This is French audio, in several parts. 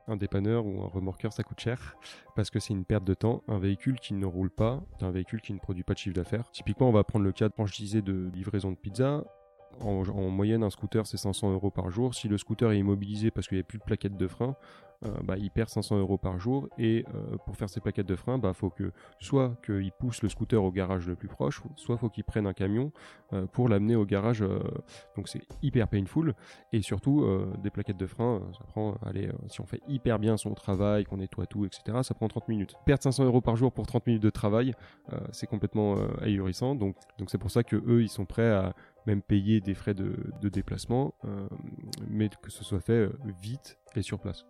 Un dépanneur ou un remorqueur, ça coûte cher parce que c'est une perte de temps. Un véhicule qui ne roule pas, c'est un véhicule qui ne produit pas de chiffre d'affaires. Typiquement, on va prendre le cas de franchisé de livraison de pizza. En moyenne, un scooter, c'est 500 € par jour. Si le scooter est immobilisé parce qu'il n'y a plus de plaquettes de frein, il perd 500 € par jour. Et pour faire ses plaquettes de frein, faut que soit qu'il pousse le scooter au garage le plus proche, soit faut qu'il prenne un camion pour l'amener au garage. Donc c'est hyper painful. Et surtout, des plaquettes de frein, ça prend, si on fait hyper bien son travail, qu'on nettoie tout, etc., ça prend 30 minutes. Perdre 500 € par jour pour 30 minutes de travail, c'est complètement ahurissant. Donc c'est pour ça que eux, ils sont prêts à même payer des frais de déplacement, mais que ce soit fait vite et sur place.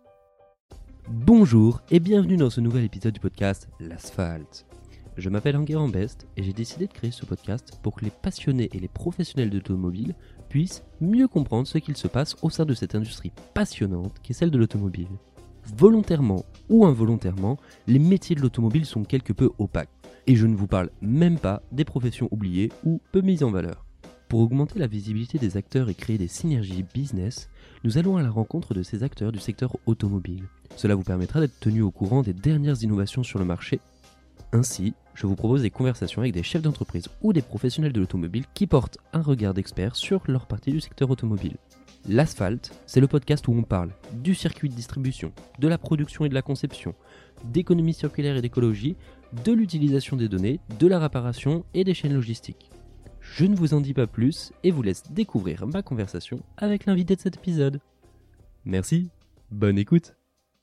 Bonjour et bienvenue dans ce nouvel épisode du podcast L'Asphalte. Je m'appelle Enguerrand Best et j'ai décidé de créer ce podcast pour que les passionnés et les professionnels d'automobile puissent mieux comprendre ce qu'il se passe au sein de cette industrie passionnante qu'est celle de l'automobile. Volontairement ou involontairement, les métiers de l'automobile sont quelque peu opaques. Et je ne vous parle même pas des professions oubliées ou peu mises en valeur. Pour augmenter la visibilité des acteurs et créer des synergies business, nous allons à la rencontre de ces acteurs du secteur automobile. Cela vous permettra d'être tenu au courant des dernières innovations sur le marché. Ainsi, je vous propose des conversations avec des chefs d'entreprise ou des professionnels de l'automobile qui portent un regard d'expert sur leur partie du secteur automobile. L'Asphalte, c'est le podcast où on parle du circuit de distribution, de la production et de la conception, d'économie circulaire et d'écologie, de l'utilisation des données, de la réparation et des chaînes logistiques. Je ne vous en dis pas plus et vous laisse découvrir ma conversation avec l'invité de cet épisode. Merci, bonne écoute.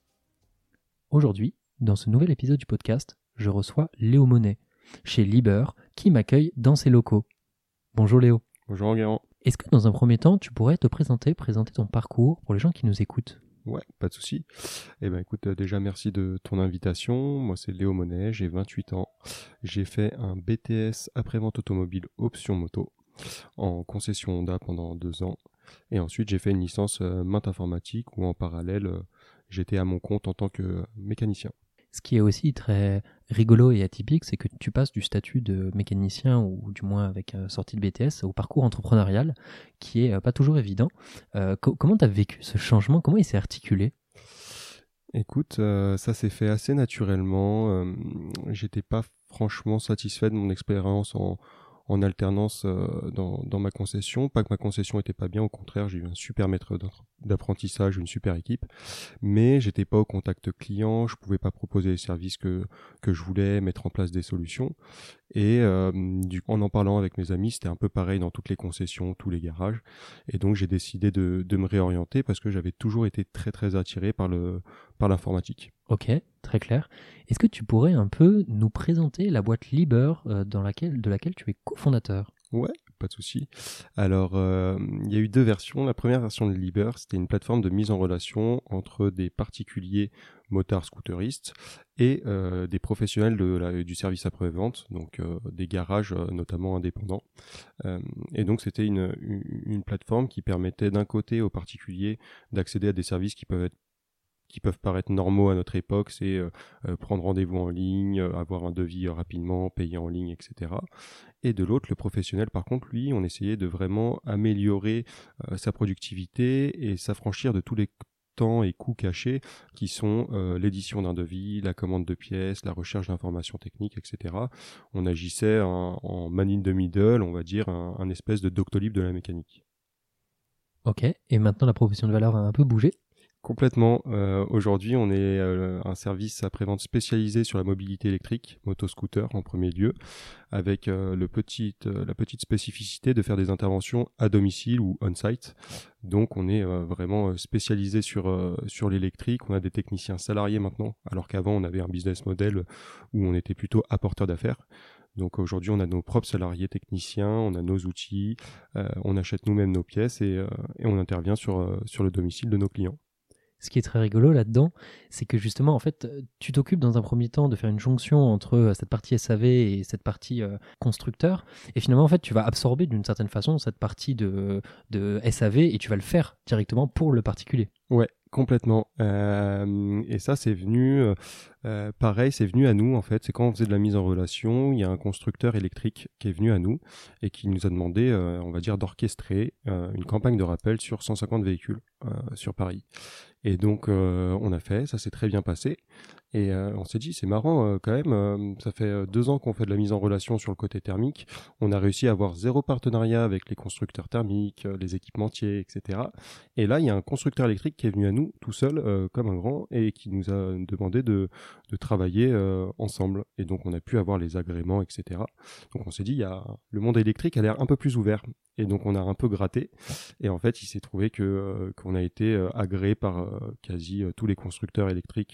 Aujourd'hui, dans ce nouvel épisode du podcast, je reçois Léo Monet, chez Liber, qui m'accueille dans ses locaux. Bonjour Léo. Bonjour Enguerrand. Est-ce que dans un premier temps, tu pourrais te présenter ton parcours pour les gens qui nous écoutent ? Ouais, pas de souci. Écoute, déjà merci de ton invitation. Moi c'est Léo Monet, j'ai 28 ans. J'ai fait un BTS après-vente automobile option moto en concession Honda pendant 2 ans. Et ensuite j'ai fait une licence maths informatique où en parallèle j'étais à mon compte en tant que mécanicien. Ce qui est aussi très rigolo et atypique, c'est que tu passes du statut de mécanicien, ou du moins avec sortie de BTS, au parcours entrepreneurial, qui est pas toujours évident. Comment tu as vécu ce changement ? Comment il s'est articulé ? Écoute, ça s'est fait assez naturellement. J'étais pas franchement satisfait de mon expérience en alternance dans ma concession. Pas que ma concession était pas bien, au contraire, j'ai eu un super maître d'apprentissage, une super équipe, mais j'étais pas au contact client, je pouvais pas proposer les services que je voulais, mettre en place des solutions. Et en parlant avec mes amis, c'était un peu pareil dans toutes les concessions, tous les garages. Et donc j'ai décidé de me réorienter parce que j'avais toujours été très très attiré par l'informatique. Ok, très clair. Est-ce que tu pourrais un peu nous présenter la boîte Liber de laquelle tu es cofondateur ? Ouais, pas de souci. Alors, il y a eu 2 versions. La première version de Liber, c'était une plateforme de mise en relation entre des particuliers motards scooteristes et des professionnels du service après-vente, donc des garages notamment indépendants. Et donc, c'était une plateforme qui permettait d'un côté aux particuliers d'accéder à des services qui peuvent paraître normaux à notre époque, c'est prendre rendez-vous en ligne, avoir un devis rapidement, payer en ligne, etc. Et de l'autre, le professionnel, par contre, lui, on essayait de vraiment améliorer sa productivité et s'affranchir de tous les temps et coûts cachés qui sont l'édition d'un devis, la commande de pièces, la recherche d'informations techniques, etc. On agissait en man in the middle, on va dire, un espèce de Doctolib de la mécanique. Ok, et maintenant la proposition de valeur a un peu bougé ? Complètement. Aujourd'hui, on est un service après-vente spécialisé sur la mobilité électrique, moto-scooter en premier lieu, avec la petite spécificité de faire des interventions à domicile ou on-site. Donc, on est vraiment spécialisé sur l'électrique. On a des techniciens salariés maintenant, alors qu'avant, on avait un business model où on était plutôt apporteur d'affaires. Donc aujourd'hui, on a nos propres salariés techniciens, on a nos outils, on achète nous-mêmes nos pièces et on intervient sur le domicile de nos clients. Ce qui est très rigolo là-dedans, c'est que justement, en fait, tu t'occupes dans un premier temps de faire une jonction entre cette partie SAV et cette partie constructeur. Et finalement, en fait, tu vas absorber d'une certaine façon cette partie de SAV et tu vas le faire directement pour le particulier. Ouais, complètement. Et ça, c'est venu, pareil, c'est venu à nous en fait. C'est quand on faisait de la mise en relation, il y a un constructeur électrique qui est venu à nous et qui nous a demandé, on va dire, d'orchestrer une campagne de rappel sur 150 véhicules sur Paris. Et donc, on a fait, ça s'est très bien passé. Et on s'est dit, c'est marrant quand même, ça fait 2 ans qu'on fait de la mise en relation sur le côté thermique. On a réussi à avoir 0 partenariat avec les constructeurs thermiques, les équipementiers, etc. Et là, il y a un constructeur électrique qui est venu à nous tout seul, comme un grand, et qui nous a demandé de travailler ensemble. Et donc, on a pu avoir les agréments, etc. Donc, on s'est dit, le monde électrique a l'air un peu plus ouvert. Et donc, on a un peu gratté. Et en fait, il s'est trouvé qu'on a été agréé par quasi tous les constructeurs électriques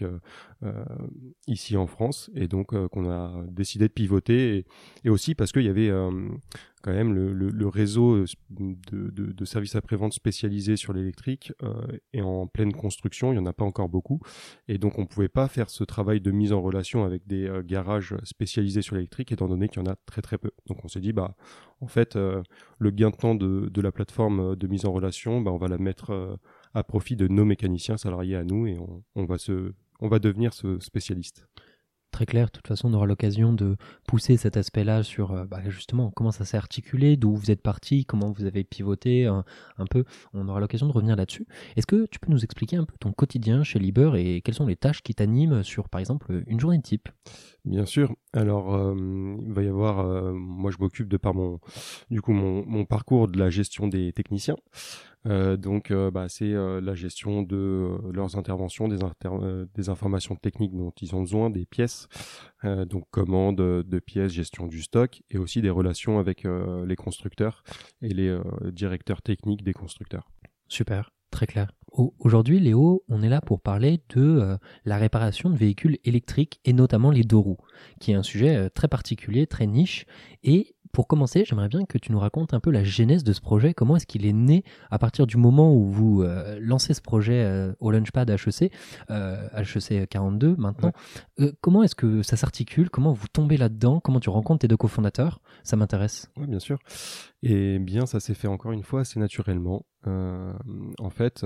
ici en France, et donc qu'on a décidé de pivoter, et aussi parce qu'il y avait quand même le réseau de services après-vente spécialisés sur l'électrique est en pleine construction, il n'y en a pas encore beaucoup, et donc on ne pouvait pas faire ce travail de mise en relation avec des garages spécialisés sur l'électrique, étant donné qu'il y en a très très peu. Donc on s'est dit, en fait, le gain de temps de la plateforme de mise en relation, on va la mettre à profit de nos mécaniciens salariés à nous, et on va devenir ce spécialiste. Très clair, de toute façon on aura l'occasion de pousser cet aspect-là sur justement comment ça s'est articulé, d'où vous êtes parti, comment vous avez pivoté un peu, on aura l'occasion de revenir là-dessus. Est-ce que tu peux nous expliquer un peu ton quotidien chez Liber et quelles sont les tâches qui t'animent sur par exemple une journée type? Bien sûr. Alors, il va y avoir, moi je m'occupe de par mon parcours de la gestion des techniciens. Donc, c'est la gestion de leurs interventions, des informations techniques dont ils ont besoin, des pièces, donc commande de pièces, gestion du stock, et aussi des relations avec les constructeurs et les directeurs techniques des constructeurs. Super, très clair. Aujourd'hui, Léo, on est là pour parler de la réparation de véhicules électriques et notamment les deux roues, qui est un sujet très particulier, très niche. Et pour commencer, j'aimerais bien que tu nous racontes un peu la genèse de ce projet. Comment est-ce qu'il est né à partir du moment où vous lancez ce projet au Launchpad HEC, HEC 42 maintenant. Ouais. Comment est-ce que ça s'articule? Comment vous tombez là-dedans? Comment tu rencontres tes deux cofondateurs? Ça m'intéresse. Oui, bien sûr. Et bien, ça s'est fait encore une fois assez naturellement. En fait,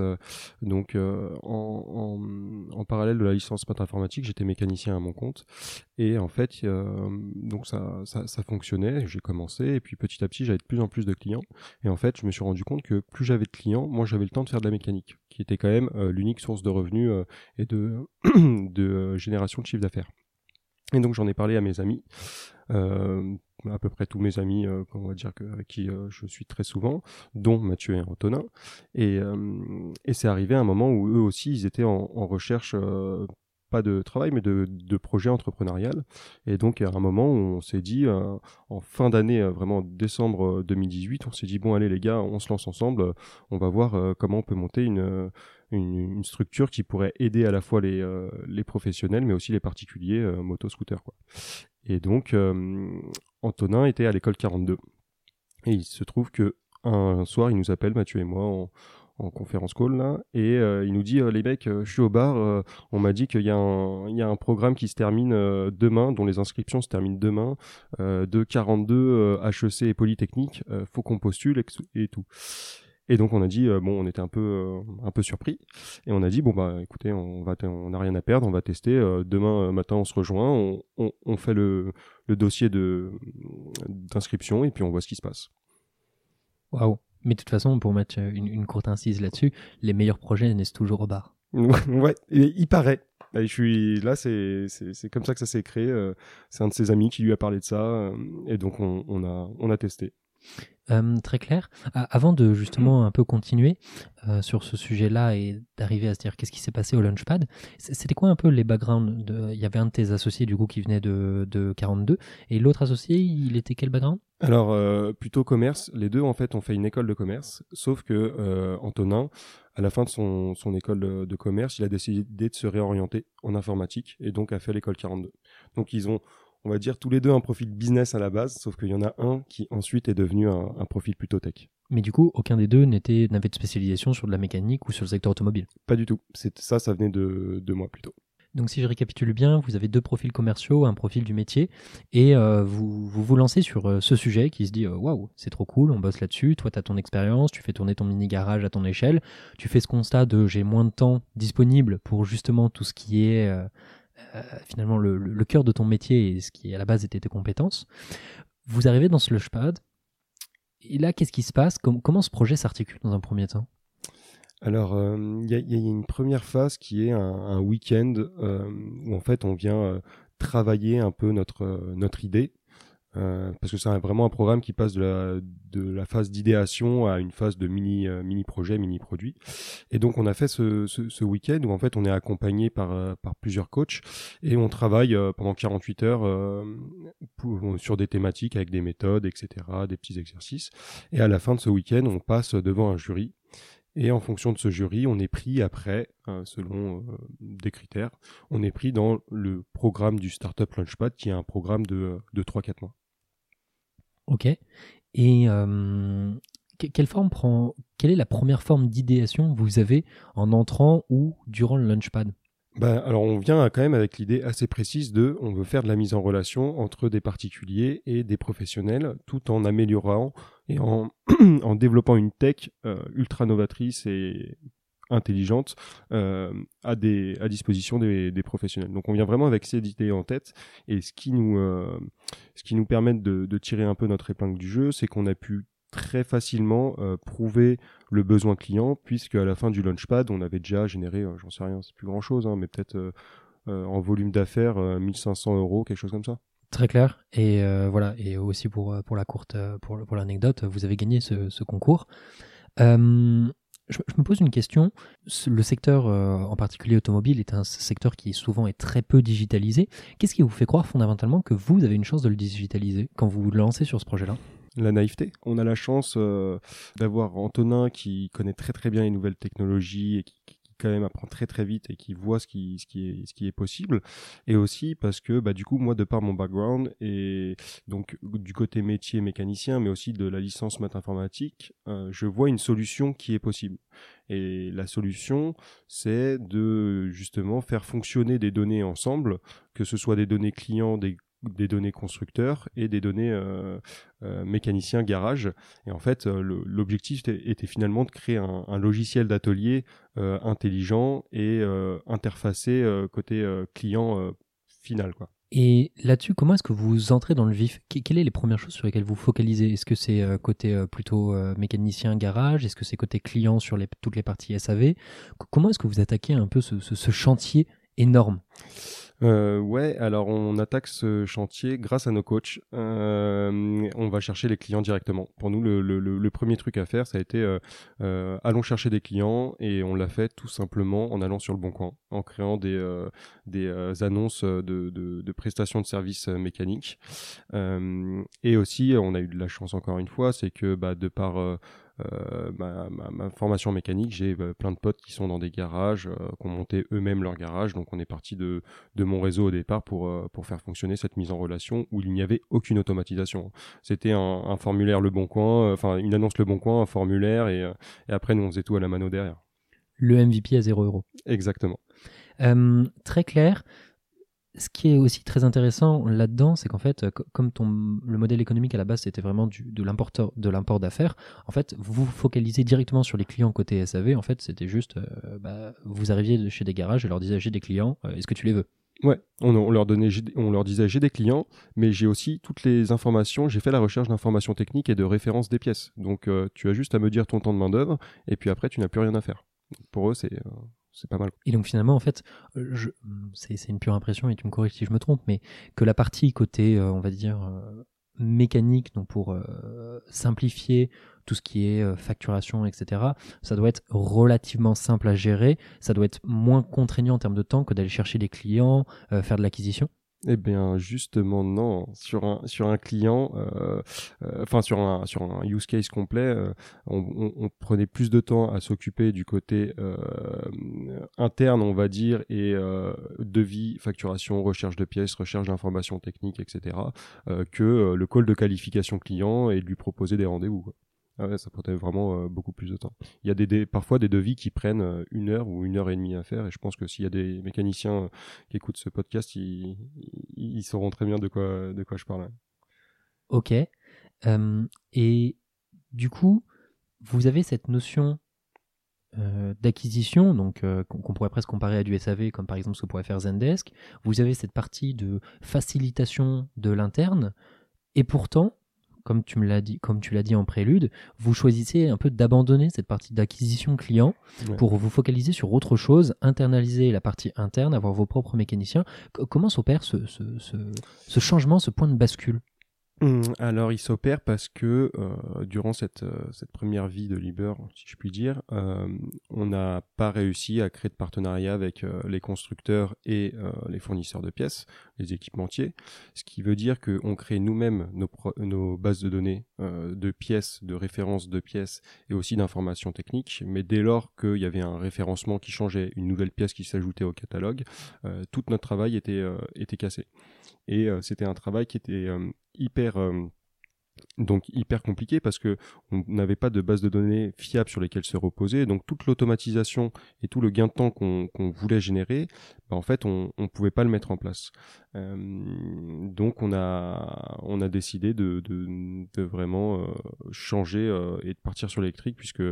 en parallèle de la licence maths informatique, j'étais mécanicien à mon compte, et en fait, donc ça fonctionnait. J'ai commencé, et puis petit à petit, j'avais de plus en plus de clients. Et en fait, je me suis rendu compte que plus j'avais de clients, moins j'avais le temps de faire de la mécanique, qui était quand même l'unique source de revenus et de génération de chiffre d'affaires. Et donc j'en ai parlé à mes amis. À peu près tous mes amis, on va dire avec qui je suis très souvent, dont Mathieu et Antonin. Et c'est arrivé un moment où eux aussi, ils étaient en recherche, pas de travail, mais de projet entrepreneurial. Et donc, à un moment où on s'est dit, en fin d'année, vraiment décembre 2018, on s'est dit, bon, allez les gars, on se lance ensemble, on va voir comment on peut monter une structure qui pourrait aider à la fois les professionnels, mais aussi les particuliers, moto-scooters, quoi. Et donc, Antonin était à l'école 42. Et il se trouve que un soir, il nous appelle, Mathieu et moi, en conférence call, là, et il nous dit, les mecs, je suis au bar, on m'a dit qu'il y a un programme qui se termine demain, dont les inscriptions se terminent demain, de 42 HEC et Polytechnique, faut qu'on postule et tout. Et donc on a dit, on était un peu surpris, et on a dit, écoutez, on n'a rien à perdre, on va tester, demain matin on se rejoint, on fait le dossier d'inscription, et puis on voit ce qui se passe. Waouh. Mais de toute façon, pour mettre une courte incise là-dessus, les meilleurs projets naissent toujours au bar. Ouais, il paraît. Et je suis là, c'est comme ça que ça s'est créé. C'est un de ses amis qui lui a parlé de ça, et donc on a testé. Très clair. Avant de justement un peu continuer sur ce sujet-là et d'arriver à se dire qu'est-ce qui s'est passé au Launchpad, c'était quoi un peu les backgrounds il y avait un de tes associés du coup qui venait de 42, et l'autre associé, il était quel background? Alors, plutôt commerce. Les deux, en fait, ont fait une école de commerce, sauf que Antonin, à la fin de son école de commerce, il a décidé de se réorienter en informatique, et donc a fait l'école 42. Donc ils ont, on va dire, tous les deux un profil business à la base, sauf qu'il y en a un qui ensuite est devenu un profil plutôt tech. Mais du coup, aucun des deux n'avait de spécialisation sur de la mécanique ou sur le secteur automobile? Pas du tout. Ça venait de moi plutôt. Donc si je récapitule bien, vous avez deux profils commerciaux, un profil du métier, et vous lancez sur ce sujet qui se dit waouh, c'est trop cool, on bosse là-dessus, toi tu as ton expérience, tu fais tourner ton mini-garage à ton échelle, tu fais ce constat de j'ai moins de temps disponible pour justement tout ce qui est finalement le cœur de ton métier et ce qui à la base était tes compétences. Vous arrivez dans ce Launchpad, et là qu'est-ce qui se passe? Comment ce projet s'articule dans un premier temps? Alors, il y a une première phase qui est un week-end où en fait on vient travailler un peu notre idée. Parce que c'est vraiment un programme qui passe de la phase d'idéation à une phase de mini projet, mini produit. Et donc on a fait ce week-end où en fait on est accompagné par plusieurs coachs et on travaille pendant 48 heures sur des thématiques avec des méthodes, etc., des petits exercices. Et à la fin de ce week-end, on passe devant un jury. Et en fonction de ce jury, on est pris après, selon des critères, on est pris dans le programme du Startup Launchpad, qui est un programme de 3-4 mois. Ok. Et quelle est la première forme d'idéation que vous avez en entrant ou durant le Launchpad? Alors on vient quand même avec l'idée assez précise on veut faire de la mise en relation entre des particuliers et des professionnels, tout en améliorant et en développant une tech ultra novatrice et intelligente à disposition des professionnels. Donc on vient vraiment avec cette idée en tête, et ce qui nous permet de tirer un peu notre épingle du jeu, c'est qu'on a pu très facilement prouver le besoin client, puisque à la fin du Launchpad, on avait déjà généré, j'en sais rien, c'est plus grand chose, mais peut-être en volume d'affaires 1500 €, quelque chose comme ça. Très clair. Et voilà. Et aussi pour l'anecdote, vous avez gagné ce concours. Je me pose une question. Le secteur, en particulier automobile, est un secteur qui souvent est très peu digitalisé. Qu'est-ce qui vous fait croire fondamentalement que vous avez une chance de le digitaliser quand vous vous lancez sur ce projet-là? La naïveté. On a la chance d'avoir Antonin qui connaît très très bien les nouvelles technologies et qui quand même apprend très très vite et qui voit ce qui est possible. Et aussi parce que du coup, moi, de par mon background et donc du côté métier mécanicien, mais aussi de la licence maths informatique, je vois une solution qui est possible. Et la solution, c'est de justement faire fonctionner des données ensemble, que ce soit des données clients, des données constructeurs et des données mécaniciens garage. Et en fait, l'objectif était finalement de créer un logiciel d'atelier intelligent et interfacé côté client final, quoi. Et là-dessus, comment est-ce que vous entrez dans le vif? Quelles sont les premières choses sur lesquelles vous focalisez? Est-ce que c'est côté plutôt mécanicien garage? Est-ce que c'est côté client sur toutes les parties SAV? Comment est-ce que vous attaquez un peu ce chantier énorme? Ouais, alors on attaque ce chantier grâce à nos coachs. On va chercher les clients directement. Pour nous, le premier truc à faire, ça a été allons chercher des clients, et on l'a fait tout simplement en allant sur le Bon Coin, en créant des annonces de prestations de services mécaniques. Et aussi, on a eu de la chance encore une fois, c'est que de par ma formation mécanique, j'ai plein de potes qui sont dans des garages, qui ont monté eux-mêmes leur garage. Donc on est parti de mon réseau au départ pour faire fonctionner cette mise en relation où il n'y avait aucune automatisation. C'était un formulaire Le Bon Coin, une annonce Le Bon Coin, un formulaire, et après nous on faisait tout à la mano derrière. Le MVP à 0 €. Exactement. Très clair. Ce qui est aussi très intéressant là-dedans, c'est qu'en fait, comme le modèle économique à la base, c'était vraiment de l'import d'affaires, en fait, vous vous focalisez directement sur les clients côté SAV. En fait, c'était juste, vous arriviez chez des garages et leur disiez, j'ai des clients, est-ce que tu les veux? Ouais, on leur disait j'ai des clients, mais j'ai aussi toutes les informations, j'ai fait la recherche d'informations techniques et de références des pièces. Donc tu as juste à me dire ton temps de main-d'œuvre, et puis après tu n'as plus rien à faire. Donc, pour eux, c'est pas mal. Et donc finalement, en fait, c'est une pure impression, et tu me corriges si je me trompe, mais que la partie côté, on va dire, mécanique, donc pour simplifier tout ce qui est facturation, etc., ça doit être relativement simple à gérer, ça doit être moins contraignant en termes de temps que d'aller chercher des clients, faire de l'acquisition. Eh bien, justement, non. Sur un client, sur un use case complet, on prenait plus de temps à s'occuper du côté interne, on va dire, et devis, facturation, recherche de pièces, recherche d'informations techniques, etc., que le call de qualification client et de lui proposer des rendez-vous, quoi. Ah ouais, ça prenait vraiment beaucoup plus de temps. Il y a parfois des devis qui prennent 1 heure ou 1 heure et demie à faire, et je pense que s'il y a des mécaniciens qui écoutent ce podcast, ils sauront très bien de quoi je parle. Ok. Et du coup, vous avez cette notion d'acquisition, donc qu'on pourrait presque comparer à du SAV, comme par exemple ce que pourrait faire Zendesk. Vous avez cette partie de facilitation de l'interne, et pourtant, comme tu l'as dit en prélude, vous choisissez un peu d'abandonner cette partie d'acquisition client pour vous focaliser sur autre chose, internaliser la partie interne, avoir vos propres mécaniciens. Comment s'opère ce changement, ce point de bascule? Alors, il s'opère parce que durant cette première vie de Liber, si je puis dire, on n'a pas réussi à créer de partenariat avec les constructeurs et les fournisseurs de pièces, les équipementiers, ce qui veut dire qu'on crée nous-mêmes nos bases de données de pièces, de références de pièces et aussi d'informations techniques, mais dès lors qu'il y avait un référencement qui changeait, une nouvelle pièce qui s'ajoutait au catalogue, tout notre travail était cassé. Et c'était un travail qui était hyper compliqué parce que on n'avait pas de base de données fiable sur lesquelles se reposer, donc toute l'automatisation et tout le gain de temps qu'on voulait générer, en fait on pouvait pas le mettre en place. Donc on a décidé de vraiment changer et de partir sur l'électrique, puisque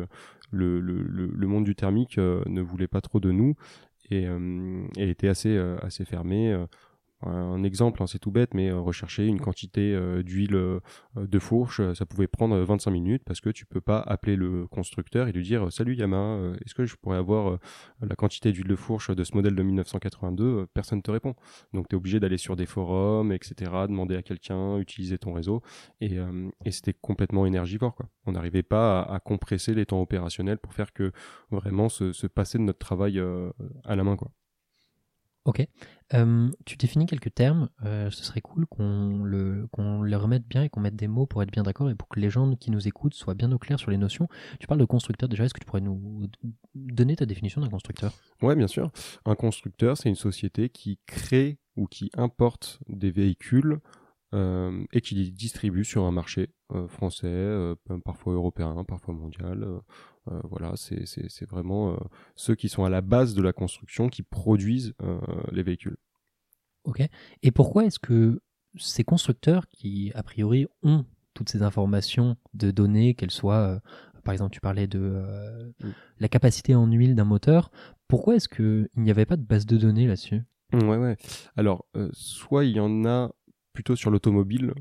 le monde du thermique ne voulait pas trop de nous et était assez fermé. Un exemple, c'est tout bête, mais rechercher une quantité d'huile de fourche, ça pouvait prendre 25 minutes parce que tu peux pas appeler le constructeur et lui dire salut Yamaha, est-ce que je pourrais avoir la quantité d'huile de fourche de ce modèle de 1982? Personne te répond. Donc tu es obligé d'aller sur des forums, etc., demander à quelqu'un, utiliser ton réseau, et c'était complètement énergivore, quoi. On n'arrivait pas à compresser les temps opérationnels pour faire que vraiment se passer de notre travail à la main, quoi. Ok. Tu définis quelques termes. Ce serait cool qu'on les remette bien et qu'on mette des mots pour être bien d'accord et pour que les gens qui nous écoutent soient bien au clair sur les notions. Tu parles de constructeur déjà. Est-ce que tu pourrais nous donner ta définition d'un constructeur? Ouais, bien sûr. Un constructeur, c'est une société qui crée ou qui importe des véhicules et qui les distribue sur un marché français, parfois européen, parfois mondial. Voilà, c'est vraiment ceux qui sont à la base de la construction qui produisent les véhicules. Ok. Et pourquoi est-ce que ces constructeurs qui, a priori, ont toutes ces informations de données, qu'elles soient, par exemple, tu parlais de la capacité en huile d'un moteur, pourquoi est-ce qu'il n'y avait pas de base de données là-dessus? Ouais. Alors, soit il y en a plutôt sur l'automobile,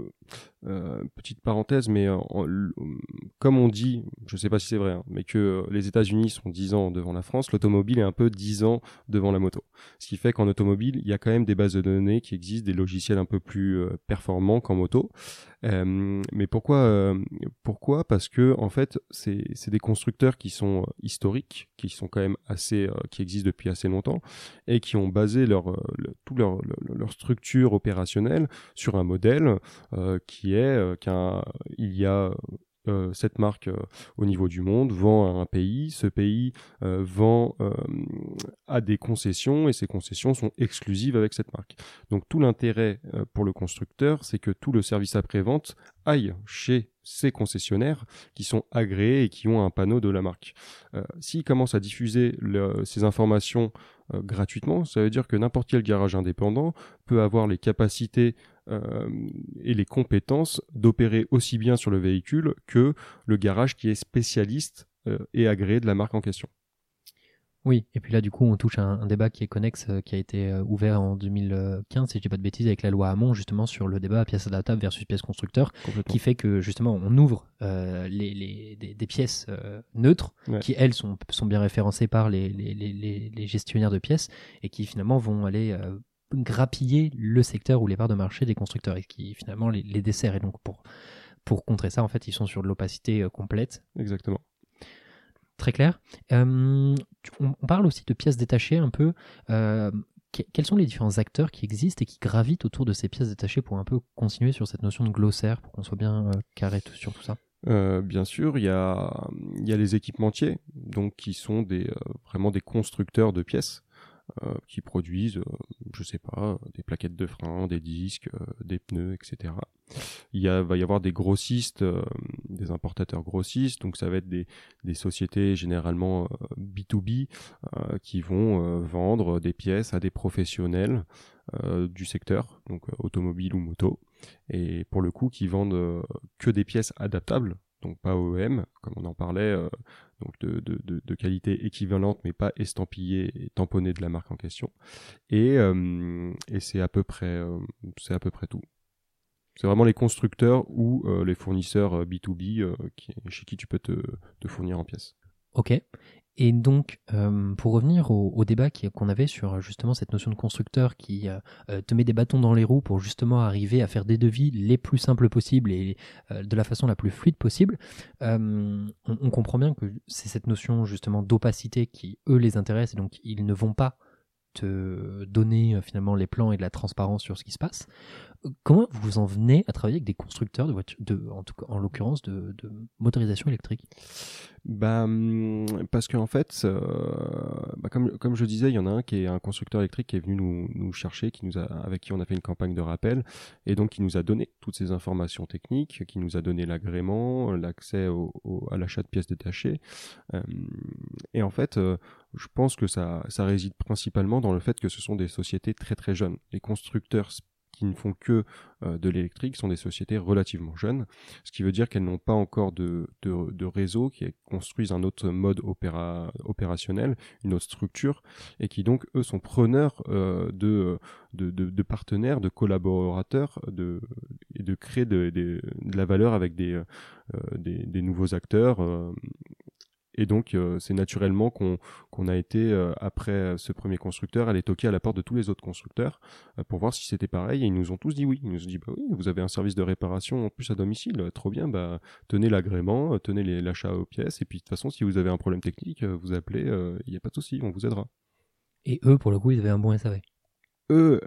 petite parenthèse, mais comme on dit, je ne sais pas si c'est vrai, hein, mais que les États-Unis sont 10 ans devant la France, l'automobile est un peu 10 ans devant la moto. Ce qui fait qu'en automobile, il y a quand même des bases de données qui existent, des logiciels un peu plus performants qu'en moto. Mais pourquoi Parce que en fait, c'est des constructeurs qui sont historiques, qui sont quand même qui existent depuis assez longtemps et qui ont basé toute leur structure opérationnelle sur un modèle il y a cette marque au niveau du monde, vend à un pays, ce pays vend à des concessions et ces concessions sont exclusives avec cette marque. Donc tout l'intérêt pour le constructeur, c'est que tout le service après-vente aille chez ces concessionnaires qui sont agréés et qui ont un panneau de la marque. S'ils commencent à diffuser ces informations gratuitement, ça veut dire que n'importe quel garage indépendant peut avoir les capacités et les compétences d'opérer aussi bien sur le véhicule que le garage qui est spécialiste et agréé de la marque en question. Oui, et puis là, du coup, on touche à un débat qui est connexe, qui a été ouvert en 2015, si je dis pas de bêtises, avec la loi Hamon, justement, sur le débat pièce adaptable versus pièce constructeur, qui fait que, justement, on ouvre des pièces neutres, qui, elles, sont bien référencées par les gestionnaires de pièces, et qui, finalement, vont aller grappiller le secteur ou les parts de marché des constructeurs, et qui, finalement, les desserrent. Et donc, pour contrer ça, en fait, ils sont sur de l'opacité complète. Exactement. Très clair. On parle aussi de pièces détachées un peu. Quels sont les différents acteurs qui existent et qui gravitent autour de ces pièces détachées pour un peu continuer sur cette notion de glossaire, pour qu'on soit bien carré sur tout ça? Bien sûr, il y a les équipementiers, donc qui sont vraiment des constructeurs de pièces. Qui produisent, je sais pas, des plaquettes de frein, des disques, des pneus, etc. Va y avoir des grossistes, des importateurs grossistes, donc ça va être des sociétés généralement B2B qui vont vendre des pièces à des professionnels du secteur, donc automobile ou moto, et pour le coup qui vendent que des pièces adaptables, donc pas OEM, comme on en parlait, donc de qualité équivalente, mais pas estampillée et tamponnée de la marque en question. Et c'est à peu près tout. C'est vraiment les constructeurs ou les fournisseurs B2B chez qui tu peux te fournir en pièces. Ok. Et donc, pour revenir au débat qu'on avait sur justement cette notion de constructeur qui te met des bâtons dans les roues pour justement arriver à faire des devis les plus simples possibles et de la façon la plus fluide possible, on comprend bien que c'est cette notion justement d'opacité qui, eux, les intéresse et donc ils ne vont pas te donner finalement les plans et de la transparence sur ce qui se passe. Comment vous en venez à travailler avec des constructeurs de voitures, en tout cas, en l'occurrence de motorisation électrique? Parce qu'en fait, comme je disais, il y en a un qui est un constructeur électrique qui est venu nous chercher, avec qui on a fait une campagne de rappel, et donc qui nous a donné toutes ces informations techniques, qui nous a donné l'agrément, l'accès à l'achat de pièces détachées. Et en fait, je pense que ça réside principalement dans le fait que ce sont des sociétés très très jeunes. Les constructeurs qui ne font que de l'électrique sont des sociétés relativement jeunes, ce qui veut dire qu'elles n'ont pas encore de réseau, qui construisent un autre mode opérationnel, une autre structure, et qui donc, eux, sont preneurs de partenaires, de collaborateurs, et de créer de la valeur avec des nouveaux acteurs. Et donc, c'est naturellement qu'on a été, après ce premier constructeur, aller toquer à la porte de tous les autres constructeurs pour voir si c'était pareil. Et ils nous ont tous dit oui. Ils nous ont dit, bah oui, vous avez un service de réparation en plus à domicile, trop bien, bah tenez l'agrément, tenez l'achat aux pièces. Et puis, de toute façon, si vous avez un problème technique, vous appelez, il n'y a pas de souci, on vous aidera. Et eux, pour le coup, ils avaient un bon SAV. Eux,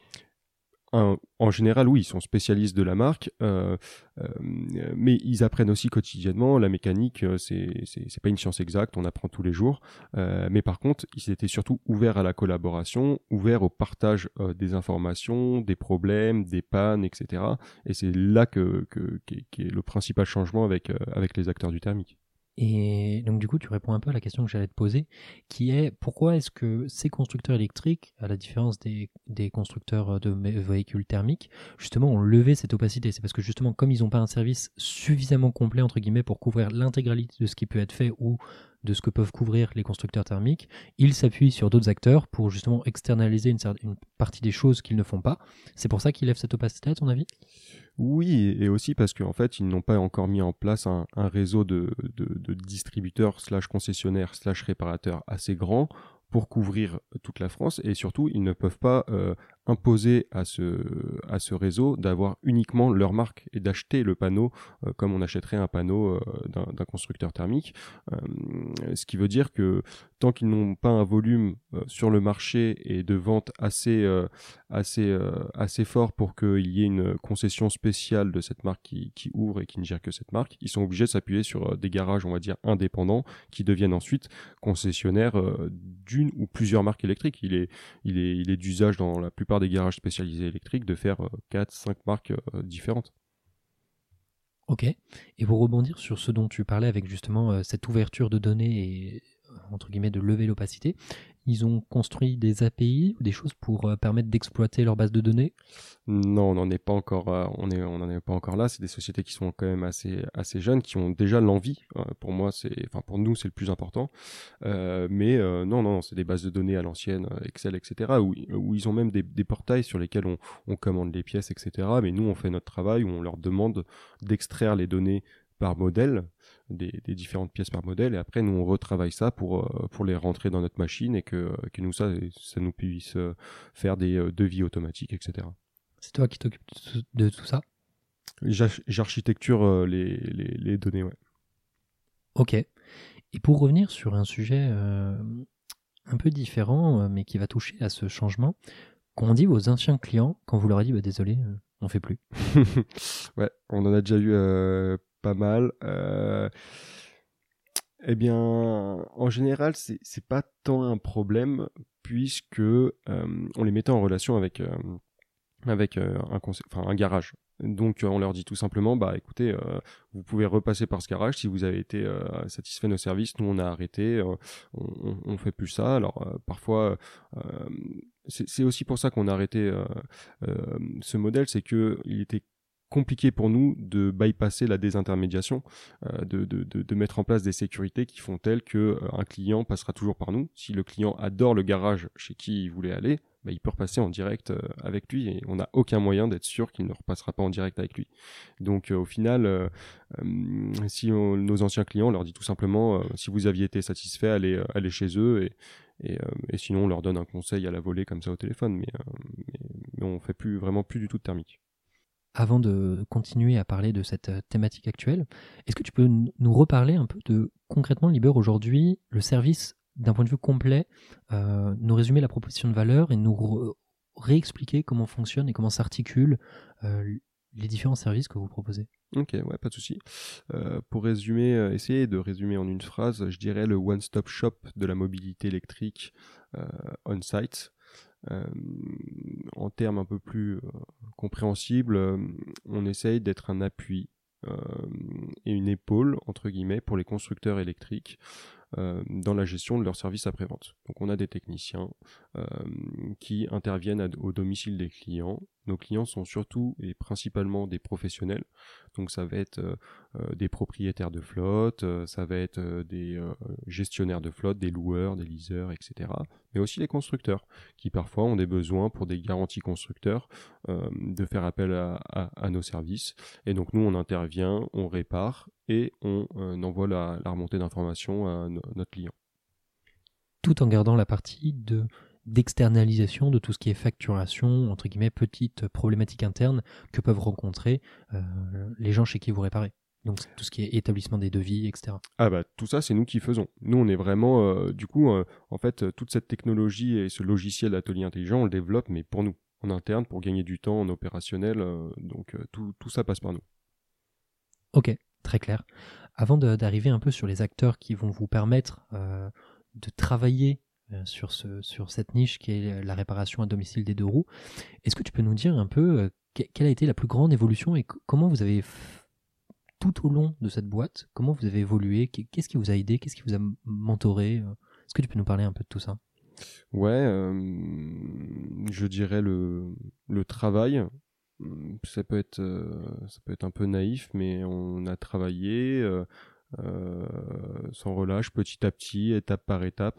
en général, oui, ils sont spécialistes de la marque, mais ils apprennent aussi quotidiennement. La mécanique, c'est pas une science exacte, on apprend tous les jours. Mais par contre, ils étaient surtout ouverts à la collaboration, ouverts au partage des informations, des problèmes, des pannes, etc. Et c'est là qu'est le principal changement avec les acteurs du thermique. Et donc du coup, tu réponds un peu à la question que j'allais te poser, qui est pourquoi est-ce que ces constructeurs électriques, à la différence des constructeurs de véhicules thermiques, justement ont levé cette opacité? C'est parce que justement, comme ils n'ont pas un service suffisamment complet, entre guillemets, pour couvrir l'intégralité de ce qui peut être fait ou de ce que peuvent couvrir les constructeurs thermiques, ils s'appuient sur d'autres acteurs pour justement externaliser une partie des choses qu'ils ne font pas. C'est pour ça qu'ils lèvent cette opacité, à ton avis? Oui, et aussi parce qu'en fait, ils n'ont pas encore mis en place un réseau de distributeurs / concessionnaires / réparateurs assez grand pour couvrir toute la France, et surtout, ils ne peuvent pas imposer à ce réseau d'avoir uniquement leur marque et d'acheter le panneau comme on achèterait un panneau d'un constructeur thermique. Ce qui veut dire que tant qu'ils n'ont pas un volume sur le marché et de vente assez fort pour qu'il y ait une concession spéciale de cette marque qui ouvre et qui ne gère que cette marque, ils sont obligés de s'appuyer sur des garages, on va dire, indépendants qui deviennent ensuite concessionnaires d'une ou plusieurs marques électriques. Il est d'usage dans la plupart des garages spécialisés électriques de faire 4-5 marques différentes. Ok. Et pour rebondir sur ce dont tu parlais avec justement cette ouverture de données et entre guillemets de lever l'opacité, ils ont construit des API ou des choses pour permettre d'exploiter leur base de données? Non, on n'en est pas encore, on n'en est pas encore là. C'est des sociétés qui sont quand même assez jeunes, qui ont déjà l'envie. Pour nous, c'est le plus important. Mais non, c'est des bases de données à l'ancienne, Excel, etc. Où ils ont même des portails sur lesquels on commande les pièces, etc. Mais nous, on fait notre travail où on leur demande d'extraire les données par modèle, des différentes pièces par modèle, et après nous on retravaille ça pour les rentrer dans notre machine et que nous ça nous puisse faire des devis automatiques, etc. C'est toi qui t'occupes de tout ça? J'architecture les données, ouais. Ok. Et pour revenir sur un sujet un peu différent, mais qui va toucher à ce changement, qu'ont dit vos anciens clients quand vous leur avez dit désolé, on fait plus? Ouais, on en a déjà eu pas mal. Eh bien, en général, c'est pas tant un problème puisque on les mettait en relation avec un garage. Donc on leur dit tout simplement, bah écoutez, vous pouvez repasser par ce garage si vous avez été satisfait de nos services. Nous on a arrêté, on fait plus ça. Alors parfois, c'est aussi pour ça qu'on a arrêté ce modèle, c'est que il était compliqué pour nous de bypasser la désintermédiation, de mettre en place des sécurités qui font telles que un client passera toujours par nous. Si le client adore le garage chez qui il voulait aller, il peut repasser en direct avec lui et on n'a aucun moyen d'être sûr qu'il ne repassera pas en direct avec lui. Donc au final, si nos anciens clients, on leur dit tout simplement si vous aviez été satisfait, allez chez eux et sinon on leur donne un conseil à la volée comme ça au téléphone, mais on fait vraiment plus du tout de thermique. Avant de continuer à parler de cette thématique actuelle, est-ce que tu peux nous reparler un peu de concrètement Liber aujourd'hui, le service d'un point de vue complet, nous résumer la proposition de valeur et nous réexpliquer comment fonctionne et comment s'articulent les différents services que vous proposez? Ok, ouais, pas de souci. Pour résumer, essayer de résumer en une phrase, je dirais le one-stop shop de la mobilité électrique on-site. En termes un peu plus compréhensibles, on essaye d'être un appui et une épaule, entre guillemets, pour les constructeurs électriques dans la gestion de leurs services après-vente. Donc on a des techniciens qui interviennent au domicile des clients. Nos clients sont surtout et principalement des professionnels. Donc ça va être des propriétaires de flotte, ça va être des gestionnaires de flotte, des loueurs, des leaseurs, etc. Mais aussi les constructeurs qui parfois ont des besoins pour des garanties constructeurs de faire appel à nos services. Et donc nous on intervient, on répare et on envoie la remontée d'informations à notre client. Tout en gardant la partie d'externalisation de tout ce qui est facturation, entre guillemets, petites problématiques internes que peuvent rencontrer les gens chez qui vous réparez. Donc tout ce qui est établissement des devis, etc. Ah tout ça c'est nous qui faisons. Nous on est vraiment, en fait toute cette technologie et ce logiciel d'atelier intelligent on le développe mais pour nous, en interne, pour gagner du temps en opérationnel, donc tout ça passe par nous. Ok, très clair. Avant d'arriver un peu sur les acteurs qui vont vous permettre de travailler sur cette niche qui est la réparation à domicile des deux roues, est-ce que tu peux nous dire un peu quelle a été la plus grande évolution et comment vous avez, tout au long de cette boîte, comment vous avez évolué, qu'est-ce qui vous a aidé, qu'est-ce qui vous a mentoré, est-ce que tu peux nous parler un peu de tout ça? Ouais, je dirais le travail. Ça peut être un peu naïf, mais on a travaillé sans relâche, petit à petit, étape par étape,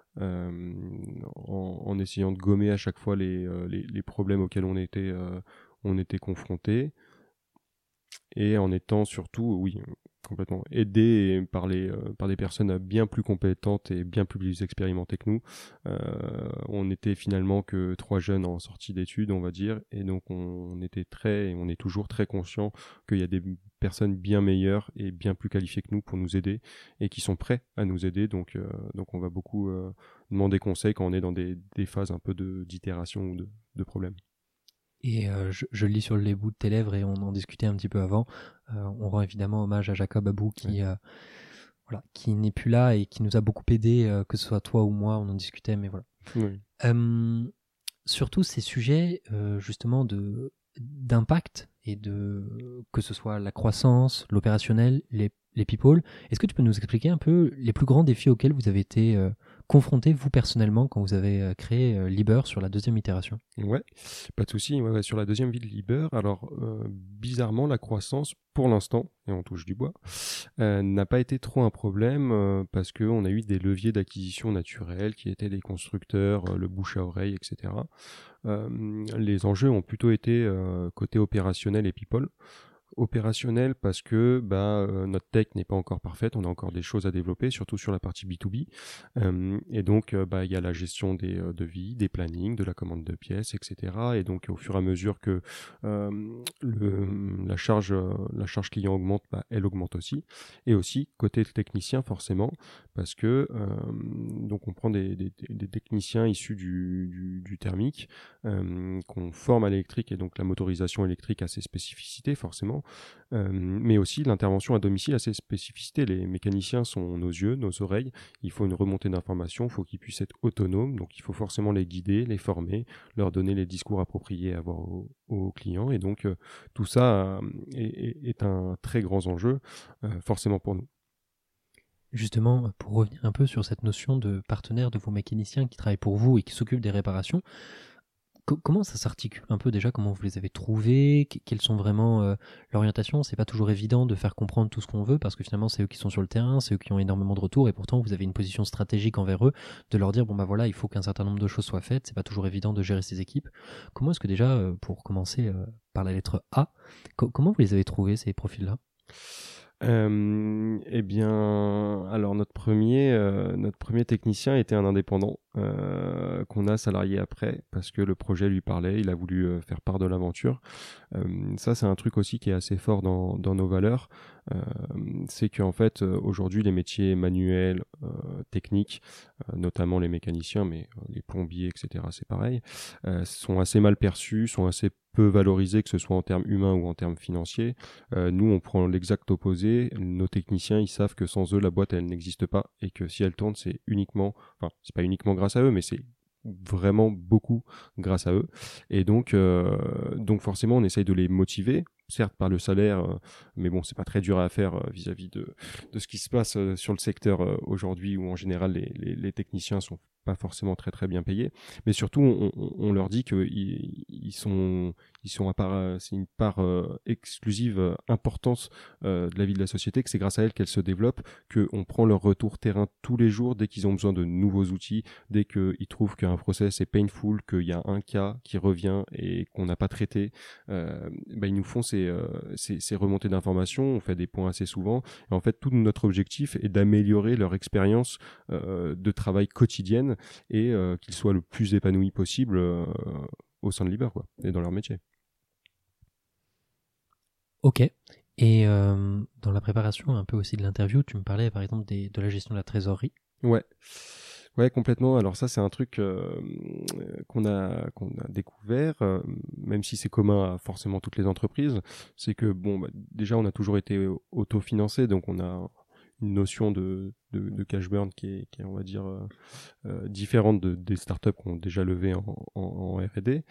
en essayant de gommer à chaque fois les problèmes auxquels on était confrontés, et en étant surtout, oui, complètement aidé par des personnes bien plus compétentes et bien plus expérimentées que nous. On était finalement que 3 jeunes en sortie d'études, on va dire, et donc on est toujours très conscient qu'il y a des personnes bien meilleures et bien plus qualifiées que nous pour nous aider et qui sont prêts à nous aider. Donc on va beaucoup demander conseil quand on est dans des phases un peu d'itération ou de problèmes. Et je le lis sur les bouts de tes lèvres et on en discutait un petit peu avant. On rend évidemment hommage à Jacob Abou qui n'est plus là et qui nous a beaucoup aidé, que ce soit toi ou moi, on en discutait, mais voilà. Oui. Surtout ces sujets justement d'impact et que ce soit la croissance, l'opérationnel, les people. Est-ce que tu peux nous expliquer un peu les plus grands défis auxquels vous avez été confronté, vous personnellement, quand vous avez créé Liber sur la deuxième itération? Ouais, pas de souci. Ouais, sur la deuxième vie de Liber, alors bizarrement, la croissance, pour l'instant, et on touche du bois, n'a pas été trop un problème parce qu'on a eu des leviers d'acquisition naturels qui étaient les constructeurs, le bouche à oreille, etc. Les enjeux ont plutôt été côté opérationnel et people. Opérationnel parce que notre tech n'est pas encore parfaite, on a encore des choses à développer, surtout sur la partie B2B. Et donc, il y a la gestion des devis, des plannings, de la commande de pièces, etc. Et donc, au fur et à mesure que la charge client augmente, elle augmente aussi. Et aussi, côté technicien, forcément, parce que donc on prend des techniciens issus du thermique qu'on forme à l'électrique, et donc la motorisation électrique a ses spécificités, forcément. Mais aussi l'intervention à domicile a ses spécificités. Les mécaniciens sont nos yeux, nos oreilles. Il faut une remontée d'informations, il faut qu'ils puissent être autonomes, donc il faut forcément les guider, les former, leur donner les discours appropriés à avoir aux clients. Et donc tout ça est un très grand enjeu, forcément pour nous. Justement, pour revenir un peu sur cette notion de partenaire de vos mécaniciens qui travaillent pour vous et qui s'occupent des réparations, Comment ça s'articule un peu déjà? Comment vous les avez trouvés? Quelles sont vraiment l'orientation? C'est pas toujours évident de faire comprendre tout ce qu'on veut parce que finalement c'est eux qui sont sur le terrain, c'est eux qui ont énormément de retours et pourtant vous avez une position stratégique envers eux de leur dire bon bah voilà il faut qu'un certain nombre de choses soient faites. C'est pas toujours évident de gérer ces équipes. Comment est-ce que déjà pour commencer par la lettre A, comment vous les avez trouvés ces profils-là? Eh bien, alors notre premier technicien était un indépendant qu'on a salarié après parce que le projet lui parlait, il a voulu faire part de l'aventure. Ça, c'est un truc aussi qui est assez fort dans nos valeurs. Euh, c'est qu'en fait, aujourd'hui, les métiers manuels, techniques, notamment les mécaniciens, mais les plombiers, etc., c'est pareil, sont assez mal perçus, sont assez peu valorisés, que ce soit en termes humains ou en termes financiers. Nous, on prend l'exact opposé. Nos techniciens, ils savent que sans eux, la boîte, elle n'existe pas et que si elle tourne, c'est pas uniquement grâce à eux, mais c'est vraiment beaucoup grâce à eux. Et donc forcément, on essaye de les motiver, certes par le salaire, mais bon, c'est pas très dur à faire vis-à-vis de ce qui se passe sur le secteur aujourd'hui, où en général les techniciens sont pas forcément très très bien payés. Mais surtout, on leur dit qu'ils sont à part, c'est une part exclusive, importance de la vie de la société, que c'est grâce à elles qu'elles se développent, qu'on prend leur retour terrain tous les jours dès qu'ils ont besoin de nouveaux outils, dès qu'ils trouvent qu'un process est painful, qu'il y a un cas qui revient et qu'on n'a pas traité, ils nous font ces remontées d'informations, on fait des points assez souvent, et en fait tout notre objectif est d'améliorer leur expérience de travail quotidienne et qu'ils soient le plus épanouis possible au sein de Liber, quoi, et dans leur métier. Ok. Et dans la préparation un peu aussi de l'interview, tu me parlais par exemple de la gestion de la trésorerie. Ouais, complètement. Alors ça, c'est un truc qu'on a découvert, même si c'est commun à forcément toutes les entreprises. C'est que déjà, on a toujours été autofinancé, donc on a une notion de cash burn qui est on va dire différente des startups qui ont déjà levé en R&D.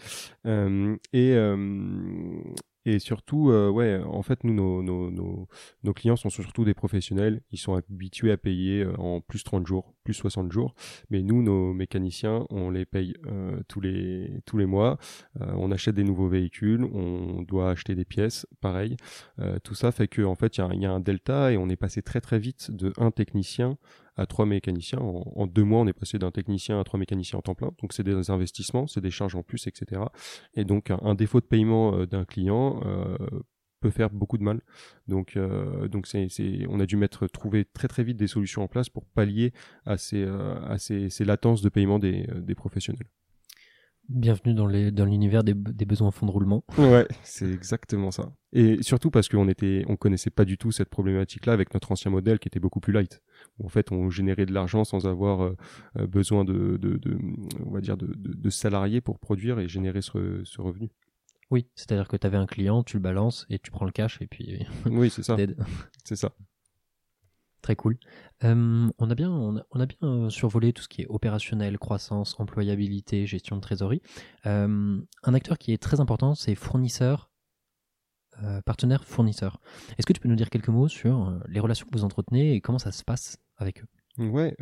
Et surtout, en fait, nous, nos clients sont surtout des professionnels. Ils sont habitués à payer en plus 30 jours, plus 60 jours. Mais nous, nos mécaniciens, on les paye tous les mois. On achète des nouveaux véhicules, on doit acheter des pièces, pareil. Tout ça fait que en fait, il y a un delta et on est passé très très vite de un technicien à 3 mécaniciens. En 2 mois, on est passé d'un technicien à 3 mécaniciens en temps plein. Donc, c'est des investissements, c'est des charges en plus, etc. Et donc, un défaut de paiement d'un client peut faire beaucoup de mal. Donc on a dû trouver très très vite des solutions en place pour pallier à ces latences de paiement des professionnels. Bienvenue dans l'univers des besoins en fonds de roulement. Ouais, c'est exactement ça. Et surtout parce qu'on connaissait pas du tout cette problématique-là avec notre ancien modèle qui était beaucoup plus light. En fait, on générait de l'argent sans avoir besoin on va dire de salariés pour produire et générer ce revenu. Oui, c'est-à-dire que tu avais un client, tu le balances et tu prends le cash et puis oui, c'est ça. C'est ça. Très cool. On a bien survolé tout ce qui est opérationnel, croissance, employabilité, gestion de trésorerie. Un acteur qui est très important, c'est fournisseur, partenaire fournisseur. Est-ce que tu peux nous dire quelques mots sur les relations que vous entretenez et comment ça se passe avec eux? Ouais,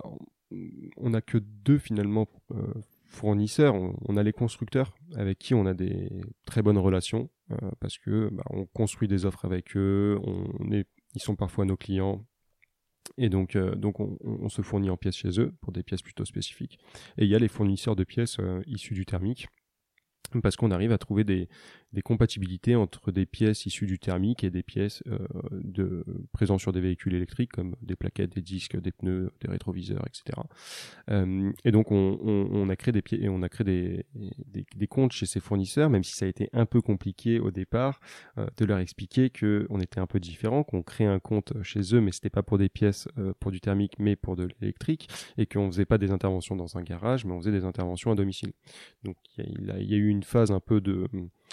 on n'a que 2 finalement fournisseurs. On a les constructeurs avec qui on a des très bonnes relations parce que on construit des offres avec eux, ils sont parfois nos clients. Et donc on se fournit en pièces chez eux pour des pièces plutôt spécifiques. Et il y a les fournisseurs de pièces issus du thermique, parce qu'on arrive à trouver des compatibilités entre des pièces issues du thermique et des pièces présentes sur des véhicules électriques comme des plaquettes, des disques, des pneus, des rétroviseurs, etc. Et donc on a créé des comptes chez ces fournisseurs, même si ça a été un peu compliqué au départ de leur expliquer qu'on était un peu différent, qu'on crée un compte chez eux, mais c'était pas pour des pièces pour du thermique, mais pour de l'électrique, et qu'on faisait pas des interventions dans un garage, mais on faisait des interventions à domicile. Donc il y a eu une phase un peu de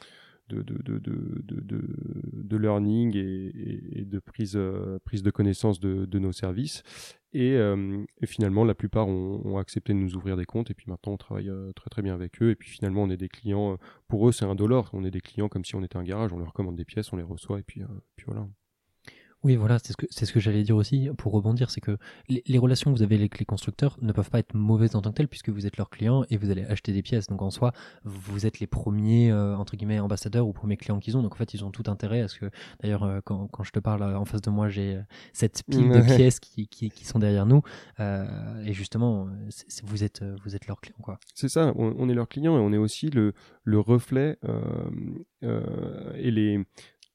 learning et de prise de connaissance de nos services. Et finalement, la plupart ont accepté de nous ouvrir des comptes. Et puis maintenant, on travaille très très bien avec eux. Et puis finalement, on est des clients. Pour eux, c'est indolore. On est des clients comme si on était un garage. On leur commande des pièces, on les reçoit. Et puis voilà. Oui, voilà, c'est ce que j'allais dire aussi, pour rebondir, c'est que les relations que vous avez avec les constructeurs ne peuvent pas être mauvaises en tant que telles, puisque vous êtes leurs clients et vous allez acheter des pièces. Donc en soi, vous êtes les premiers, entre guillemets, ambassadeurs ou premiers clients qu'ils ont. Donc en fait, ils ont tout intérêt à ce que, d'ailleurs, quand je te parle en face de moi, j'ai cette pile de pièces qui sont derrière nous. Et justement, vous êtes leurs clients, quoi. C'est ça, on est leurs clients et on est aussi le reflet et les...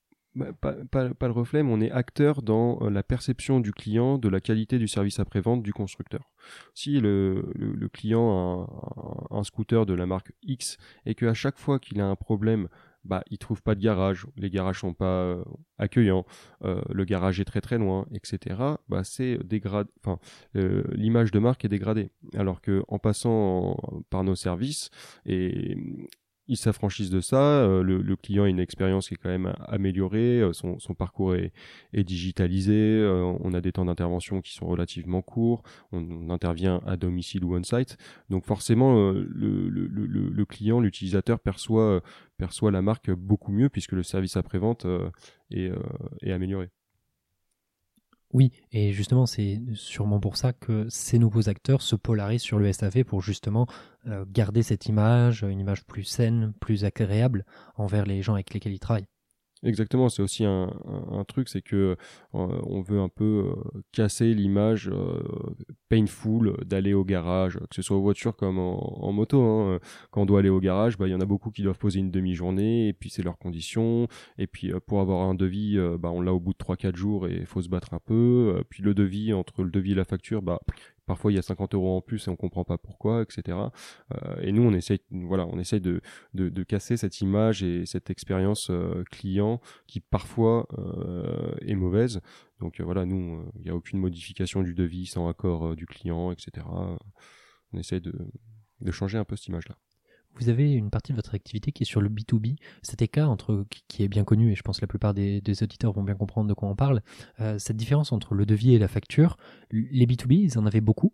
pas le reflet, mais on est acteur dans la perception du client de la qualité du service après-vente du constructeur. Si le client a un scooter de la marque X et qu'à chaque fois qu'il a un problème, il trouve pas de garage, les garages sont pas accueillants, le garage est très très loin, etc. C'est dégradé. Enfin, l'image de marque est dégradée. Alors que en passant par nos services et ils s'affranchissent de ça, le client a une expérience qui est quand même améliorée, son parcours est digitalisé, on a des temps d'intervention qui sont relativement courts, on intervient à domicile ou on-site, donc forcément le client, l'utilisateur perçoit la marque beaucoup mieux puisque le service après-vente est amélioré. Oui, et justement, c'est sûrement pour ça que ces nouveaux acteurs se polarisent sur le SAV pour justement garder cette image, une image plus saine, plus agréable envers les gens avec lesquels ils travaillent. Exactement, c'est aussi un truc, c'est que on veut un peu casser l'image painful d'aller au garage, que ce soit en voiture comme en moto. Hein. Quand on doit aller au garage, il y en a beaucoup qui doivent poser une demi-journée, et puis c'est leurs conditions, et puis pour avoir un devis, on l'a au bout de 3-4 jours et il faut se battre un peu. Puis le devis, entre le devis et la facture, parfois il y a 50 € en plus et on comprend pas pourquoi, etc. Et nous on essaye de casser cette image et cette expérience client qui parfois est mauvaise. Donc voilà, nous il n'y a aucune modification du devis sans accord du client, etc. On essaye de changer un peu cette image-là. Vous avez une partie de votre activité qui est sur le B2B, cet écart qui est bien connu, et je pense que la plupart des auditeurs vont bien comprendre de quoi on parle, cette différence entre le devis et la facture, les B2B, ils en avaient beaucoup?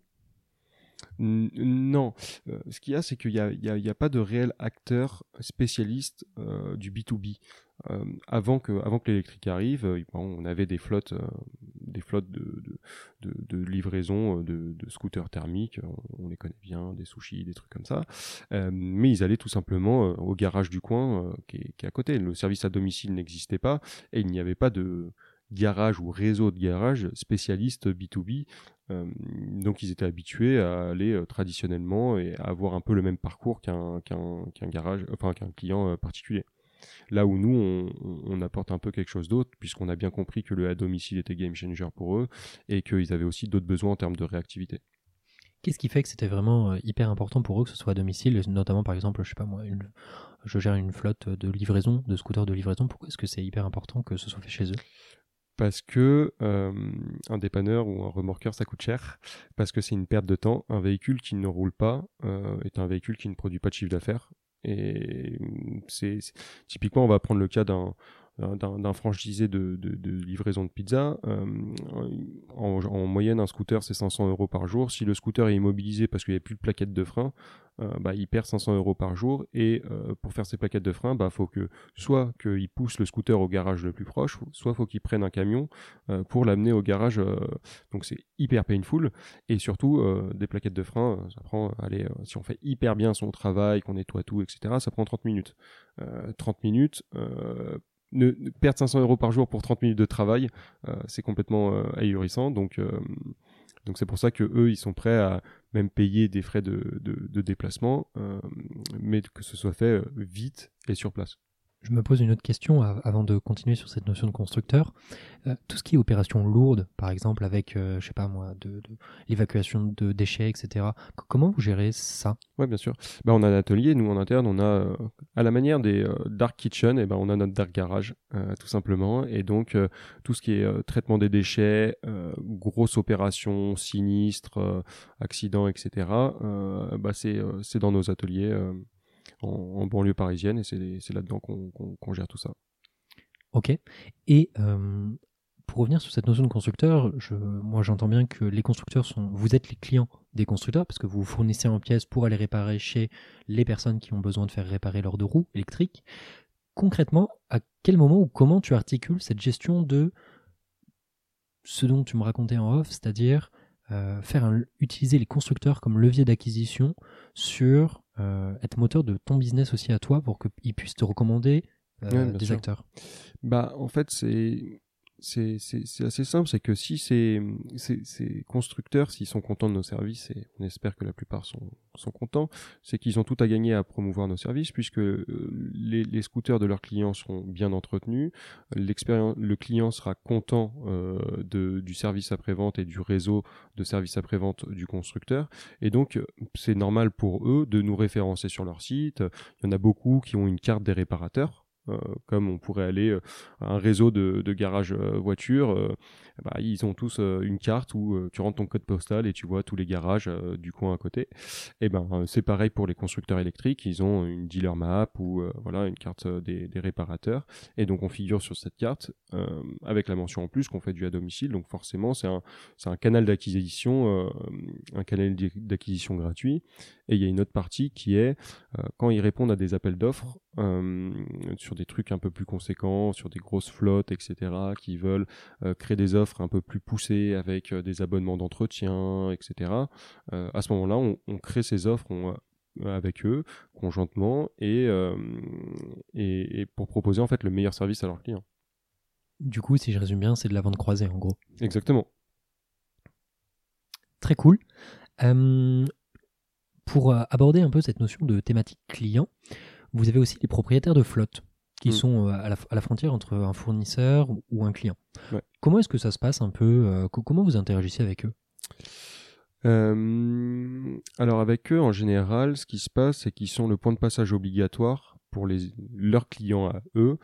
Non. Ce qu'il y a, c'est qu'il y a pas de réel acteur spécialiste du B2B. Avant que l'électrique arrive, on avait des flottes de livraison de scooters thermiques, on les connaît bien, des sushis, des trucs comme ça. Mais ils allaient tout simplement au garage du coin qui est à côté. Le service à domicile n'existait pas et il n'y avait pas de garage ou réseau de garage spécialiste B2B. Donc ils étaient habitués à aller traditionnellement et à avoir un peu le même parcours qu'un garage, enfin qu'un client particulier. Là où nous, on apporte un peu quelque chose d'autre, puisqu'on a bien compris que le à domicile était game changer pour eux et qu'ils avaient aussi d'autres besoins en termes de réactivité. Qu'est-ce qui fait que c'était vraiment hyper important pour eux que ce soit à domicile, notamment par exemple, je sais pas moi, je gère une flotte de livraison, de scooters de livraison, pourquoi est-ce que c'est hyper important que ce soit fait chez eux? Parce que un dépanneur ou un remorqueur ça coûte cher, parce que c'est une perte de temps. Un véhicule qui ne roule pas est un véhicule qui ne produit pas de chiffre d'affaires. Et typiquement, on va prendre le cas d'un franchisé de livraison de pizza. En moyenne, un scooter, c'est 500 € par jour. Si le scooter est immobilisé parce qu'il n'y a plus de plaquettes de frein, il perd 500 € par jour. Et pour faire ces plaquettes de frein, faut que soit qu'il pousse le scooter au garage le plus proche, soit faut qu'il prenne un camion pour l'amener au garage. Donc c'est hyper painful. Et surtout, des plaquettes de frein, ça prend, si on fait hyper bien son travail, qu'on nettoie tout, etc., ça prend 30 minutes. 30 minutes... perdre 500 € par jour pour 30 minutes de travail, c'est complètement ahurissant. Donc c'est pour ça que eux, ils sont prêts à même payer des frais de déplacement, mais que ce soit fait vite et sur place. Je me pose une autre question avant de continuer sur cette notion de constructeur. Tout ce qui est opération lourde, par exemple avec, je sais pas moi, de l'évacuation de déchets, etc. Comment vous gérez ça? Ouais, bien sûr. On a un atelier, nous en interne, on a à la manière des dark kitchen, on a notre dark garage, tout simplement. Et donc tout ce qui est traitement des déchets, grosses opérations, sinistres, accidents, etc. C'est dans nos ateliers. En banlieue parisienne, et c'est là-dedans qu'on gère tout ça. Ok. Et pour revenir sur cette notion de constructeur, moi j'entends bien que les constructeurs vous êtes les clients des constructeurs parce que vous fournissez en pièces pour aller réparer chez les personnes qui ont besoin de faire réparer leurs deux roues électriques. Concrètement, à quel moment ou comment tu articules cette gestion de ce dont tu me racontais en off, c'est-à-dire utiliser les constructeurs comme levier d'acquisition sur être moteur de ton business aussi à toi pour qu'ils puissent te recommander bien des sûr. acteurs. En fait, c'est assez simple, c'est que si ces constructeurs, s'ils sont contents de nos services, et on espère que la plupart sont contents, c'est qu'ils ont tout à gagner à promouvoir nos services, puisque les scooters de leurs clients seront bien entretenus, le client sera content du service après-vente et du réseau de services après-vente du constructeur, et donc c'est normal pour eux de nous référencer sur leur site. Il y en a beaucoup qui ont une carte des réparateurs, comme on pourrait aller à un réseau de garages voitures, ils ont tous une carte où tu rentres ton code postal et tu vois tous les garages du coin à côté. C'est pareil pour les constructeurs électriques, ils ont une dealer map ou une carte des réparateurs, et donc on figure sur cette carte avec la mention en plus qu'on fait du à domicile. Donc forcément c'est un canal d'acquisition, gratuit. Et il y a une autre partie qui est quand ils répondent à des appels d'offres sur des trucs un peu plus conséquents, sur des grosses flottes, etc., qui veulent créer des offres un peu plus poussées avec des abonnements d'entretien, etc. À ce moment-là, on crée ces offres avec eux conjointement et pour proposer en fait le meilleur service à leurs clients. Du coup, si je résume bien, c'est de la vente croisée en gros. Exactement. Très cool. Pour aborder un peu cette notion de thématique client, vous avez aussi les propriétaires de flotte qui sont à la frontière entre un fournisseur ou un client. Ouais. Comment est-ce que ça se passe un peu comment vous interagissez avec eux ? Alors avec eux, en général, ce qui se passe, c'est qu'ils sont le point de passage obligatoire pour leurs clients à eux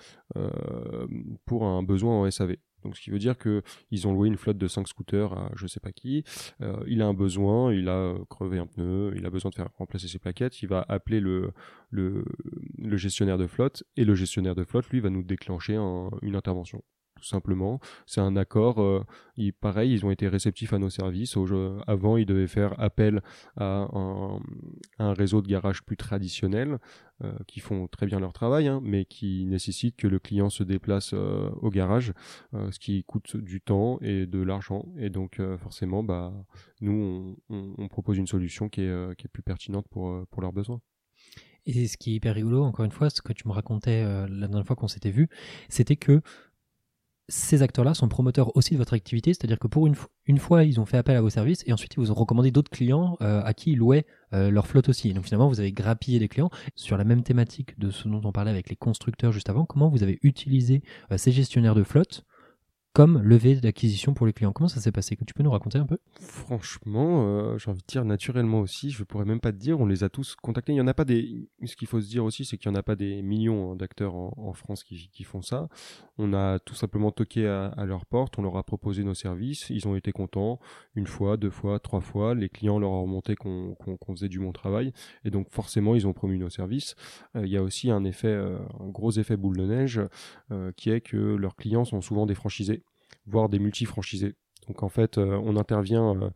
pour un besoin en SAV. Donc ce qui veut dire qu'ils ont loué une flotte de 5 scooters à je sais pas qui, il a un besoin, il a crevé un pneu, il a besoin de faire remplacer ses plaquettes, il va appeler le gestionnaire de flotte, et le gestionnaire de flotte, lui, va nous déclencher une intervention. Tout simplement, c'est un accord. Pareil, ils ont été réceptifs à nos services. Avant, ils devaient faire appel à un réseau de garages plus traditionnel qui font très bien leur travail, mais qui nécessitent que le client se déplace au garage, ce qui coûte du temps et de l'argent. Et donc, forcément, nous, on propose une solution qui est plus pertinente pour leurs besoins. Et ce qui est hyper rigolo, encore une fois, ce que tu me racontais la dernière fois qu'on s'était vu, c'était que ces acteurs-là sont promoteurs aussi de votre activité, c'est-à-dire que pour une fois, ils ont fait appel à vos services et ensuite ils vous ont recommandé d'autres clients à qui ils louaient leur flotte aussi. Et donc finalement, vous avez grappillé des clients. Sur la même thématique de ce dont on parlait avec les constructeurs juste avant, comment vous avez utilisé ces gestionnaires de flotte comme levier d'acquisition pour les clients? Comment ça s'est passé? Que tu peux nous raconter un peu? Franchement, j'ai envie de dire naturellement aussi, je pourrais même pas te dire, on les a tous contactés. Il y en a pas ce qu'il faut se dire aussi, c'est qu'il y en a pas des millions d'acteurs en France qui font ça. On a tout simplement toqué à leur porte, on leur a proposé nos services, ils ont été contents, 1 fois, 2 fois, 3 fois, les clients leur ont remonté qu'on faisait du bon travail, et donc forcément ils ont promu nos services. Il y a aussi un gros effet boule de neige, qui est que leurs clients sont souvent des franchisés, voire des multi-franchisés. Donc en fait, on intervient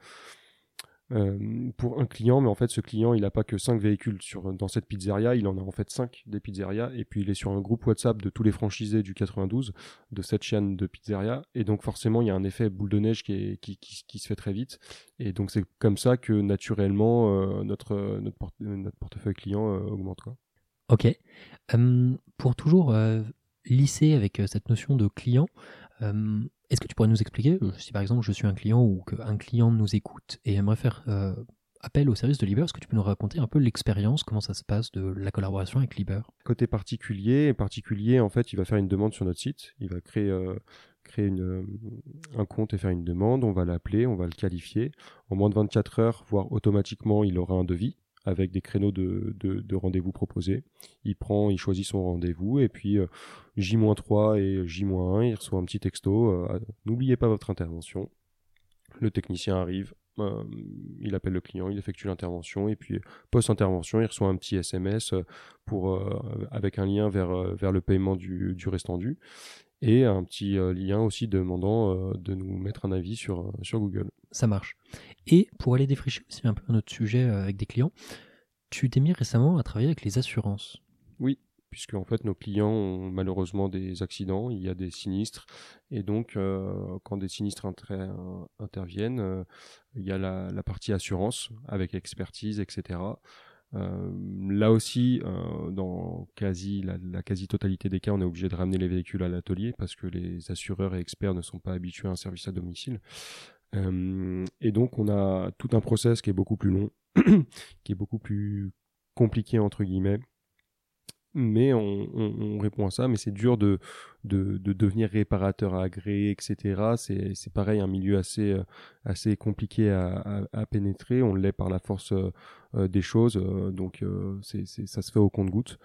pour un client, mais en fait ce client il n'a pas que 5 véhicules dans cette pizzeria, il en a en fait 5 des pizzerias, et puis il est sur un groupe WhatsApp de tous les franchisés du 92 de cette chaîne de pizzeria, et donc forcément il y a un effet boule de neige qui se fait très vite, et donc c'est comme ça que naturellement notre portefeuille client augmente, quoi. Ok. Pour toujours lisser avec cette notion de client, est-ce que tu pourrais nous expliquer, si par exemple je suis un client ou qu'un client nous écoute et aimerait faire appel au service de Liber, est-ce que tu peux nous raconter un peu l'expérience, comment ça se passe de la collaboration avec Liber? Côté particulier, en fait, il va faire une demande sur notre site, il va créer un compte et faire une demande, on va l'appeler, on va le qualifier. En moins de 24 heures, voire automatiquement, il aura un devis avec des créneaux de rendez-vous proposés. Il choisit son rendez-vous, et puis J-3 et J-1, il reçoit un petit texto, n'oubliez pas votre intervention. Le technicien arrive, il appelle le client, il effectue l'intervention, et puis post-intervention, il reçoit un petit SMS avec un lien vers le paiement du restant dû, et un petit lien aussi demandant de nous mettre un avis sur Google. Ça marche. Et pour aller défricher aussi un peu un autre sujet avec des clients, tu t'es mis récemment à travailler avec les assurances. Oui, puisque en fait nos clients ont malheureusement des accidents, il y a des sinistres, et donc quand des sinistres interviennent, il y a la partie assurance avec expertise, etc. Là aussi, dans la quasi-totalité des cas, on est obligé de ramener les véhicules à l'atelier parce que les assureurs et experts ne sont pas habitués à un service à domicile. Et donc, on a tout un process qui est beaucoup plus long, qui est beaucoup plus compliqué, entre guillemets. Mais on répond à ça, mais c'est dur de devenir réparateur agréé, etc. C'est pareil, un milieu assez compliqué à pénétrer. On l'est par la force des choses, donc ça se fait au compte-gouttes,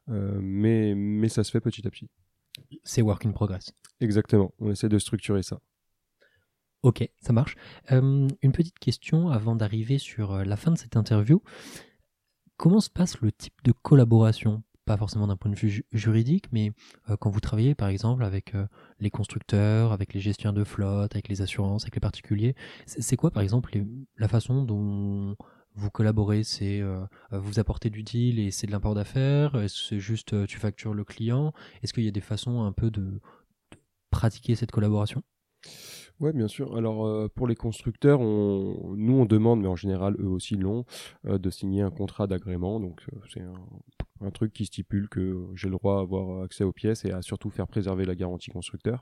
mais ça se fait petit à petit. C'est work in progress. Exactement, on essaie de structurer ça. Ok, ça marche. Une petite question avant d'arriver sur la fin de cette interview. Comment se passe le type de collaboration ? Pas forcément d'un point de vue juridique, mais quand vous travaillez par exemple avec les constructeurs, avec les gestionnaires de flotte, avec les assurances, avec les particuliers, c'est quoi par exemple la façon dont vous collaborez ? C'est vous apportez du deal et c'est de l'import d'affaires ? Est-ce que c'est juste tu factures le client ? Est-ce qu'il y a des façons un peu de pratiquer cette collaboration ? Ouais, bien sûr. Alors, pour les constructeurs, nous, on demande, mais en général, eux aussi l'ont, de signer un contrat d'agrément. Donc, c'est un truc qui stipule que j'ai le droit d'avoir accès aux pièces et à surtout faire préserver la garantie constructeur.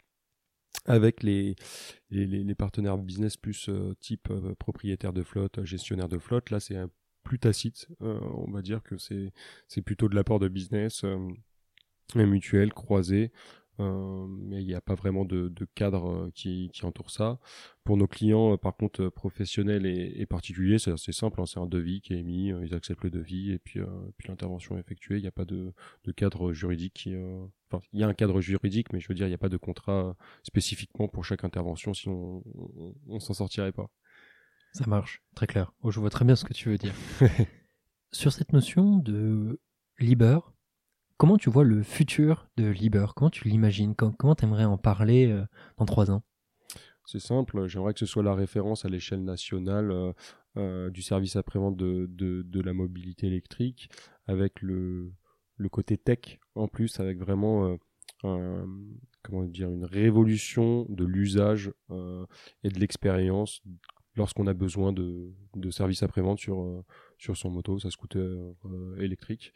Avec les partenaires business plus type propriétaire de flotte, gestionnaire de flotte, là, c'est plus tacite. On va dire que c'est plutôt de l'apport de business mutuel, croisé. Mais il n'y a pas vraiment de cadre qui entoure ça. Pour nos clients, par contre, professionnels et particuliers, c'est assez simple, hein, c'est un devis qui est émis, ils acceptent le devis et puis l'intervention est effectuée. Il n'y a pas de cadre juridique. Enfin, il y a un cadre juridique, mais je veux dire, il n'y a pas de contrat spécifiquement pour chaque intervention, sinon on s'en sortirait pas. Ça marche, très clair. Oh, je vois très bien ce que tu veux dire. Sur cette notion de Liber, comment tu vois le futur de Liber ? Comment tu l'imagines ? Comment tu aimerais en parler dans 3 ans ? C'est simple, j'aimerais que ce soit la référence à l'échelle nationale du service après-vente de la mobilité électrique, avec le côté tech en plus, avec vraiment comment dire, une révolution de l'usage et de l'expérience lorsqu'on a besoin de services après-vente sur son moto, sa scooter électrique.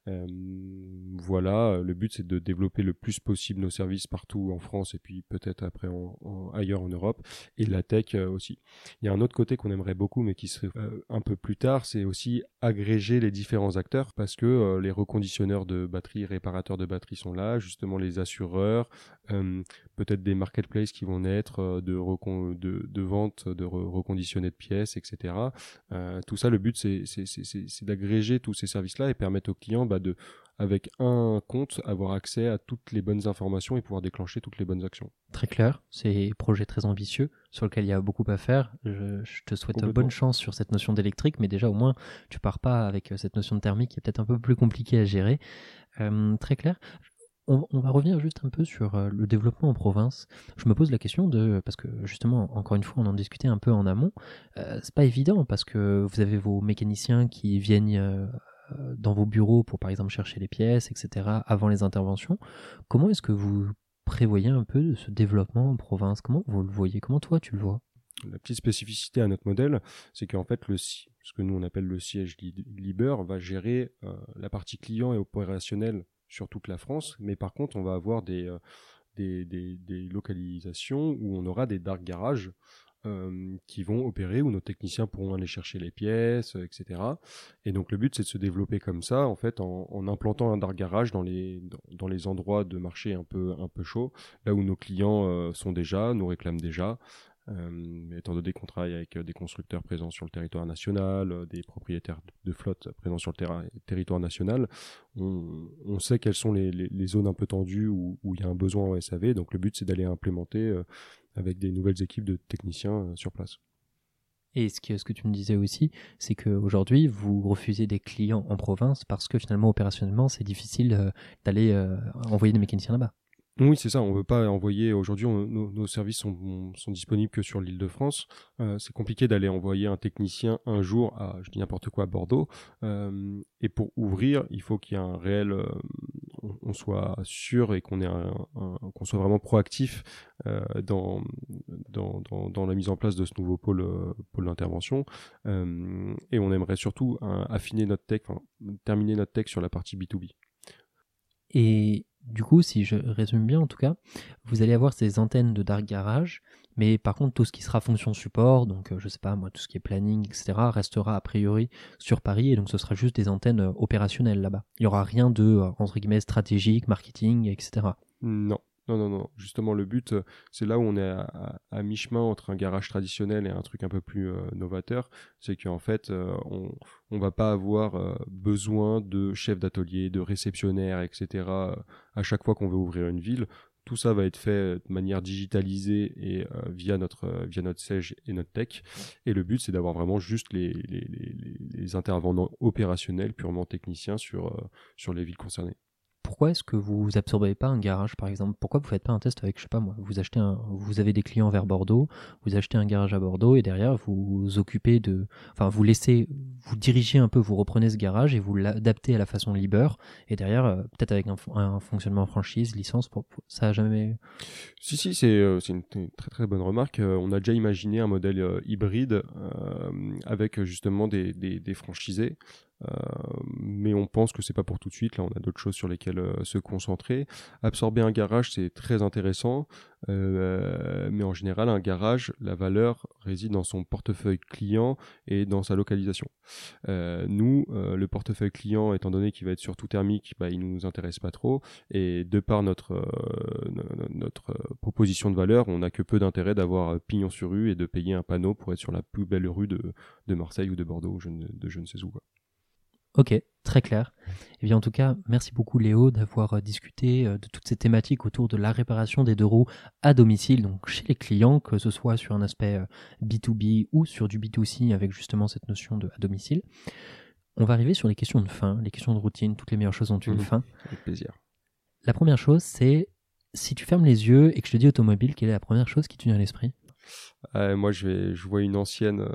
Voilà, le but c'est de développer le plus possible nos services partout en France et puis peut-être après ailleurs en Europe, et la tech aussi. Il y a un autre côté qu'on aimerait beaucoup mais qui serait un peu plus tard, c'est aussi agréger les différents acteurs, parce que les reconditionneurs de batteries, réparateurs de batteries sont là, justement les assureurs, peut-être des marketplaces qui vont naître de vente de reconditionner de pièces, etc. Tout ça, le but c'est d'agréger tous ces services-là et permettre aux clients avec un compte, avoir accès à toutes les bonnes informations et pouvoir déclencher toutes les bonnes actions. Très clair, c'est un projet très ambitieux sur lequel il y a beaucoup à faire. Je te souhaite bonne chance sur cette notion d'électrique, mais déjà au moins tu pars pas avec cette notion de thermique qui est peut-être un peu plus compliquée à gérer. Très clair. On va revenir juste un peu sur le développement en province. Je me pose la question parce que justement, encore une fois, on en discutait un peu en amont. C'est pas évident parce que vous avez vos mécaniciens qui viennent dans vos bureaux pour par exemple chercher les pièces, etc. avant les interventions. Comment est-ce que vous prévoyez un peu de ce développement en province ? Comment vous le voyez ? Comment toi tu le vois ? La petite spécificité à notre modèle, c'est qu'en fait, ce que nous on appelle le siège Liber va gérer la partie client et opérationnelle sur toute la France, mais par contre, on va avoir des localisations où on aura des dark garages qui vont opérer, où nos techniciens pourront aller chercher les pièces, etc. Et donc le but c'est de se développer comme ça, en fait, en implantant un dark garage dans les endroits de marché un peu chauds, là où nos clients nous réclament déjà. Étant donné qu'on travaille avec des constructeurs présents sur le territoire national, des propriétaires de flotte présents sur le territoire national, on sait quelles sont les zones un peu tendues où il y a un besoin en SAV. Donc le but c'est d'aller implémenter avec des nouvelles équipes de techniciens sur place. Et ce que tu me disais aussi, c'est qu'aujourd'hui, vous refusez des clients en province parce que finalement, opérationnellement, c'est difficile d'aller envoyer des mécaniciens là-bas. Oui, c'est ça. On ne veut pas envoyer. Aujourd'hui, nos services sont disponibles que sur l'Île-de-France. C'est compliqué d'aller envoyer un technicien un jour à, je dis n'importe quoi, à Bordeaux. Et pour ouvrir, il faut qu'il y ait un réel on soit sûr et qu'on qu'on soit vraiment proactif dans la mise en place de ce nouveau pôle d'intervention. Et on aimerait surtout affiner notre tech, terminer notre tech sur la partie B2B. Et du coup, si je résume bien en tout cas, vous allez avoir ces antennes de dark garage, mais par contre tout ce qui sera fonction support, donc je sais pas moi, tout ce qui est planning, etc., restera a priori sur Paris, et donc ce sera juste des antennes opérationnelles là-bas. Il n'y aura rien de, entre guillemets, stratégique, marketing, etc. Non. Justement, le but, c'est là où on est à mi-chemin entre un garage traditionnel et un truc un peu plus novateur. C'est qu'en fait, on va pas avoir besoin de chef d'atelier, de réceptionnaire, etc. À chaque fois qu'on veut ouvrir une ville. Tout ça va être fait de manière digitalisée et via notre siège et notre tech. Et le but, c'est d'avoir vraiment juste les intervenants opérationnels, purement techniciens sur les villes concernées. Pourquoi est-ce que vous absorbez pas un garage, par exemple? Pourquoi vous faites pas un test avec, je sais pas moi, vous avez des clients vers Bordeaux, vous achetez un garage à Bordeaux et derrière vous occupez vous dirigez un peu, vous reprenez ce garage et vous l'adaptez à la façon Liber et derrière peut-être avec un fonctionnement franchise, licence, ça a jamais. Si, c'est une très très bonne remarque. On a déjà imaginé un modèle hybride avec justement des franchisés. Mais on pense que c'est pas pour tout de suite. Là, on a d'autres choses sur lesquelles se concentrer. Absorber un garage, c'est très intéressant, mais en général, un garage, la valeur réside dans son portefeuille client et dans sa localisation. Nous, le portefeuille client, étant donné qu'il va être surtout thermique, il nous intéresse pas trop, et de par notre proposition de valeur, on n'a que peu d'intérêt d'avoir pignon sur rue et de payer un panneau pour être sur la plus belle rue de Marseille ou de Bordeaux, de je ne sais où. Quoi. Ok, très clair. Et bien en tout cas, merci beaucoup Léo d'avoir discuté de toutes ces thématiques autour de la réparation des deux roues à domicile, donc chez les clients, que ce soit sur un aspect B2B ou sur du B2C avec justement cette notion de à domicile. On va arriver sur les questions de fin, les questions de routine, toutes les meilleures choses ont une fin. Avec plaisir. La première chose, c'est si tu fermes les yeux et que je te dis automobile, quelle est la première chose qui te vient à l'esprit? Moi, je vois une ancienne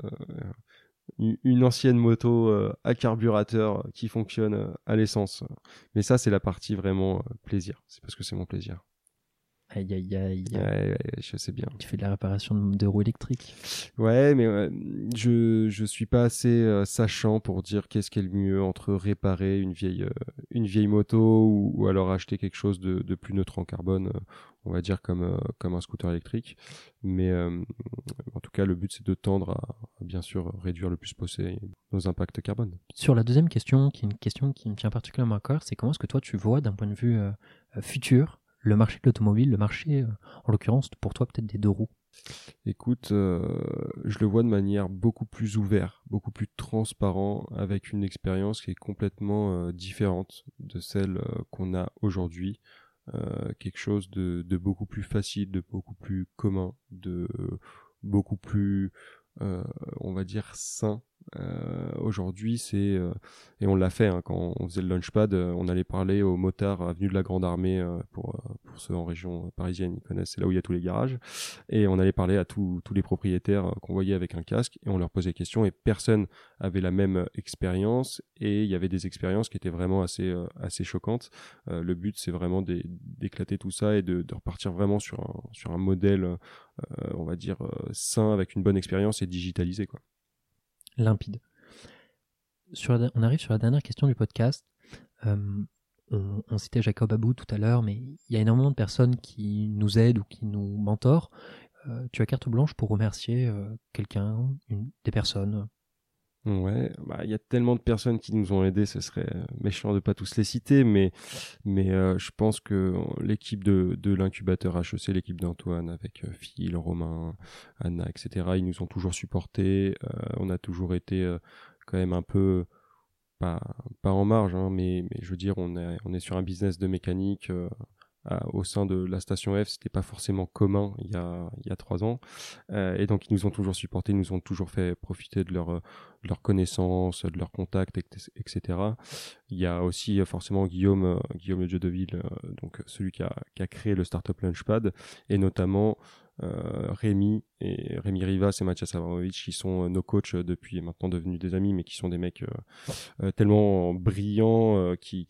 moto à carburateur qui fonctionne à l'essence. Mais ça, c'est la partie vraiment plaisir. C'est parce que c'est mon plaisir. Aïe, aïe, aïe. Ouais, je sais bien. Tu fais de la réparation de roues électriques. Ouais, mais je suis pas assez sachant pour dire qu'est-ce qui est le mieux entre réparer une vieille moto ou alors acheter quelque chose de plus neutre en carbone, on va dire comme un scooter électrique. Mais en tout cas, le but c'est de tendre à bien sûr réduire le plus possible nos impacts carbone. Sur la deuxième question, qui est une question qui me tient particulièrement à cœur, c'est comment est-ce que toi tu vois d'un point de vue futur le marché de l'automobile, le marché, en l'occurrence, pour toi, peut-être des deux roues? Écoute, je le vois de manière beaucoup plus ouverte, beaucoup plus transparent, avec une expérience qui est complètement différente de celle qu'on a aujourd'hui. Quelque chose de beaucoup plus facile, de beaucoup plus commun, de beaucoup plus, on va dire, sain. Aujourd'hui, et on l'a fait quand on faisait le Launchpad, on allait parler aux motards avenue de la Grande Armée, pour ceux en région parisienne, ils connaissent, c'est là où il y a tous les garages, et on allait parler à tous les propriétaires qu'on voyait avec un casque, et on leur posait des questions, et personne avait la même expérience, et il y avait des expériences qui étaient vraiment assez choquantes. Le but, c'est vraiment d'éclater tout ça et de repartir vraiment sur un modèle, on va dire, sain, avec une bonne expérience et digitalisé, quoi. Limpide. On arrive sur la dernière question du podcast. On citait Jacob Abou tout à l'heure, mais il y a énormément de personnes qui nous aident ou qui nous mentorent. Tu as carte blanche pour remercier quelqu'un, des personnes? Ouais, il y a tellement de personnes qui nous ont aidés, ce serait méchant de pas tous les citer, mais je pense que l'équipe de l'incubateur HEC, l'équipe d'Antoine avec Phil, Romain, Anna, etc., ils nous ont toujours supportés. On a toujours été quand même un peu pas en marge, hein, mais je veux dire, on est sur un business de mécanique. Au sein de la station F, c'était pas forcément commun il y a 3 ans, et donc ils nous ont toujours supportés, ils nous ont toujours fait profiter de leur connaissance, de leurs contacts, etc. Il y a aussi forcément Guillaume Le Dieu de Ville, donc celui qui a créé le Startup Launchpad, et notamment Rémi Rivas et Mathias Avramovic, qui sont nos coachs depuis maintenant devenus des amis, mais qui sont des mecs tellement brillants, qui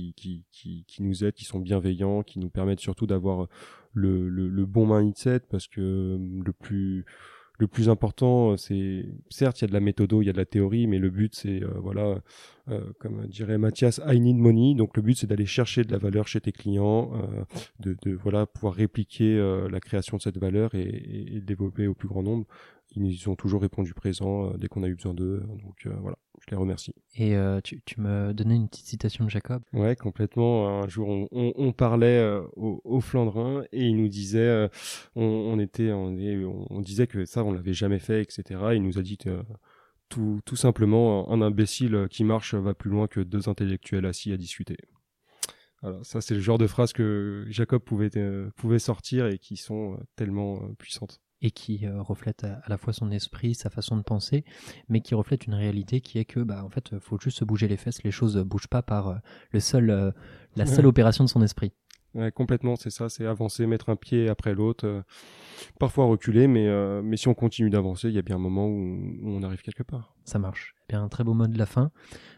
nous aident, qui sont bienveillants, qui nous permettent surtout d'avoir le bon mindset, parce que le plus important, c'est, certes, il y a de la méthodo, il y a de la théorie, mais le but, c'est, comme dirait Mathias, I need money. Donc, le but, c'est d'aller chercher de la valeur chez tes clients, de pouvoir répliquer la création de cette valeur et le développer au plus grand nombre. Ils ont toujours répondu présent dès qu'on a eu besoin d'eux. Donc, voilà, je les remercie. Et tu me donnais une petite citation de Jacob. Ouais, complètement. Un jour, on parlait au Flandrin et il nous disait, on disait que ça, on l'avait jamais fait, etc. Il nous a dit tout simplement, un imbécile qui marche va plus loin que deux intellectuels assis à discuter. Voilà, ça, c'est le genre de phrase que Jacob pouvait sortir et qui sont tellement puissantes. Et qui reflète à la fois son esprit, sa façon de penser, mais qui reflète une réalité qui est que, en fait, faut juste se bouger les fesses, les choses bougent pas par la seule opération de son esprit. Ouais, complètement, c'est ça, c'est avancer, mettre un pied après l'autre, parfois reculer, mais si on continue d'avancer, il y a bien un moment où on arrive quelque part. Ça marche. Eh bien, un très beau mot de la fin.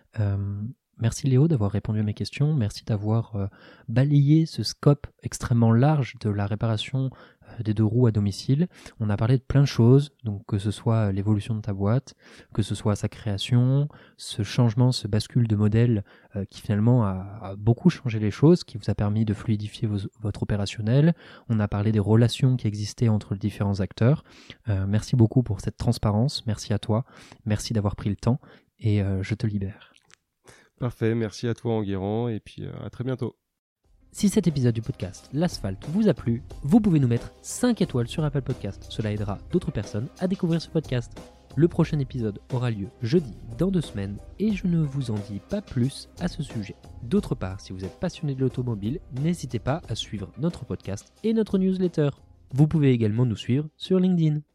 Merci Léo d'avoir répondu à mes questions, merci d'avoir balayé ce scope extrêmement large de la réparation des deux roues à domicile. On a parlé de plein de choses, donc que ce soit l'évolution de ta boîte, que ce soit sa création, ce changement, ce bascule de modèle qui finalement a beaucoup changé les choses, qui vous a permis de fluidifier votre opérationnel. On a parlé des relations qui existaient entre les différents acteurs. Merci beaucoup pour cette transparence, merci à toi, merci d'avoir pris le temps et je te libère. Parfait, merci à toi Enguerrand et puis à très bientôt. Si cet épisode du podcast L'Asphalte vous a plu, vous pouvez nous mettre 5 étoiles sur Apple Podcast. Cela aidera d'autres personnes à découvrir ce podcast. Le prochain épisode aura lieu jeudi dans 2 semaines et je ne vous en dis pas plus à ce sujet. D'autre part, si vous êtes passionné de l'automobile, n'hésitez pas à suivre notre podcast et notre newsletter. Vous pouvez également nous suivre sur LinkedIn.